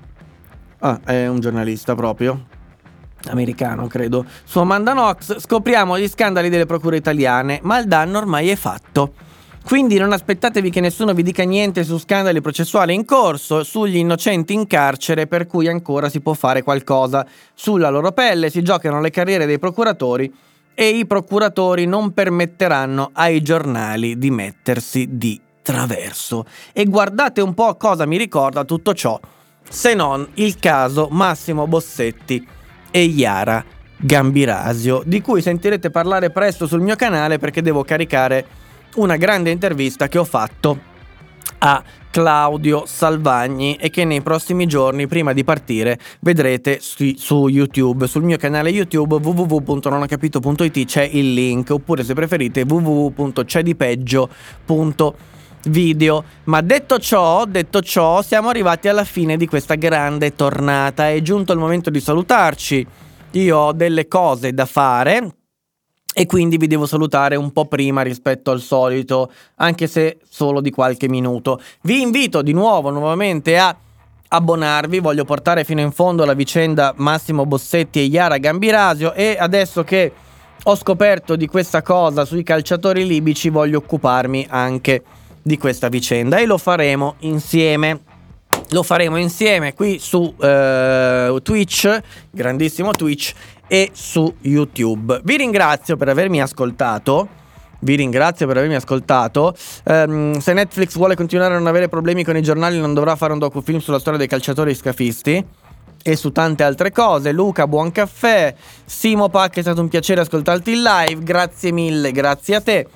Ah, è un giornalista proprio americano, credo, su Amanda Knox, scopriamo gli scandali delle procure italiane, ma il danno ormai è fatto. Quindi non aspettatevi che nessuno vi dica niente su scandali processuali in corso, sugli innocenti in carcere per cui ancora si può fare qualcosa. Sulla loro pelle si giocano le carriere dei procuratori e i procuratori non permetteranno ai giornali di mettersi di traverso. E guardate un po' cosa mi ricorda tutto ciò, se non il caso Massimo Bossetti e Yara Gambirasio, di cui sentirete parlare presto sul mio canale perché devo caricare una grande intervista che ho fatto a Claudio Salvagni e che nei prossimi giorni, prima di partire, vedrete su, su YouTube, sul mio canale YouTube w w w punto non ho capito punto i t, c'è il link, oppure se preferite w w w punto c'è di peggio punto video. Ma detto ciò, detto ciò, siamo arrivati alla fine di questa grande tornata. È giunto il momento di salutarci. Io ho delle cose da fare e quindi vi devo salutare un po' prima rispetto al solito, anche se solo di qualche minuto. Vi invito di nuovo, nuovamente a abbonarvi. Voglio portare fino in fondo la vicenda Massimo Bossetti e Yara Gambirasio e adesso che ho scoperto di questa cosa sui calciatori libici voglio occuparmi anche di questa vicenda e lo faremo insieme. Lo faremo insieme qui su eh, Twitch, grandissimo Twitch, e su YouTube. Vi ringrazio per avermi ascoltato. Vi ringrazio per avermi ascoltato. Um, se Netflix vuole continuare a non avere problemi con i giornali, non dovrà fare un docufilm sulla storia dei calciatori scafisti e su tante altre cose. Luca, buon caffè. Simo Pac, è stato un piacere ascoltarti in live. Grazie mille, grazie a te.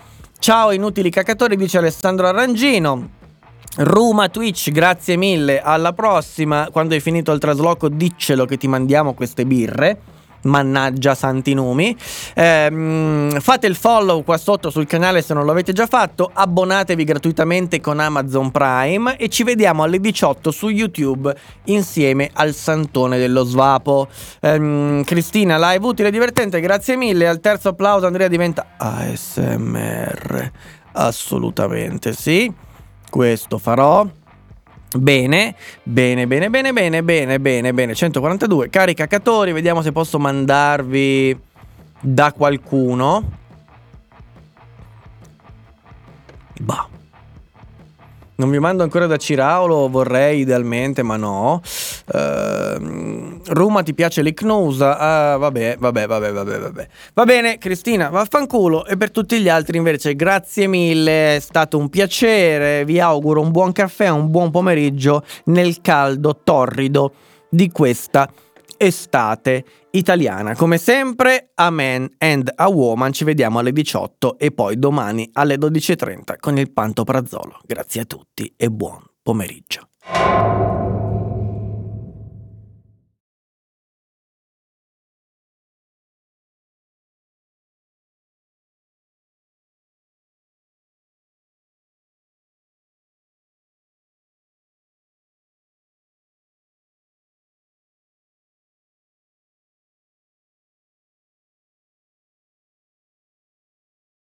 Ciao inutili cacatori, dice Alessandro Arrangino. Ruma Twitch, grazie mille, alla prossima. Quando hai finito il trasloco diccelo che ti mandiamo queste birre. Mannaggia santi numi. ehm, Fate il follow qua sotto sul canale se non lo avete già fatto. Abbonatevi gratuitamente con Amazon Prime. E ci vediamo alle diciotto su YouTube insieme al Santone dello Svapo. ehm, Cristina, live utile e divertente, grazie mille. Al terzo applauso Andrea diventa A S M R. Assolutamente sì, questo farò. Bene, bene, bene, bene, bene, bene, bene, bene. centoquarantadue, cari cacatori, vediamo se posso mandarvi da qualcuno. Bah. Non vi mando ancora da Ciraulo, vorrei idealmente, ma no. Uh, Ruma, ti piace l'icnusa? Uh, vabbè, vabbè, vabbè, vabbè, vabbè. Va bene, Cristina, vaffanculo. E per tutti gli altri invece, grazie mille, è stato un piacere. Vi auguro un buon caffè, un buon pomeriggio nel caldo torrido di questa estate italiana. Come sempre, a man and a woman. Ci vediamo alle diciotto e poi domani alle dodici e trenta con il Pantoprazolo. Grazie a tutti e buon pomeriggio.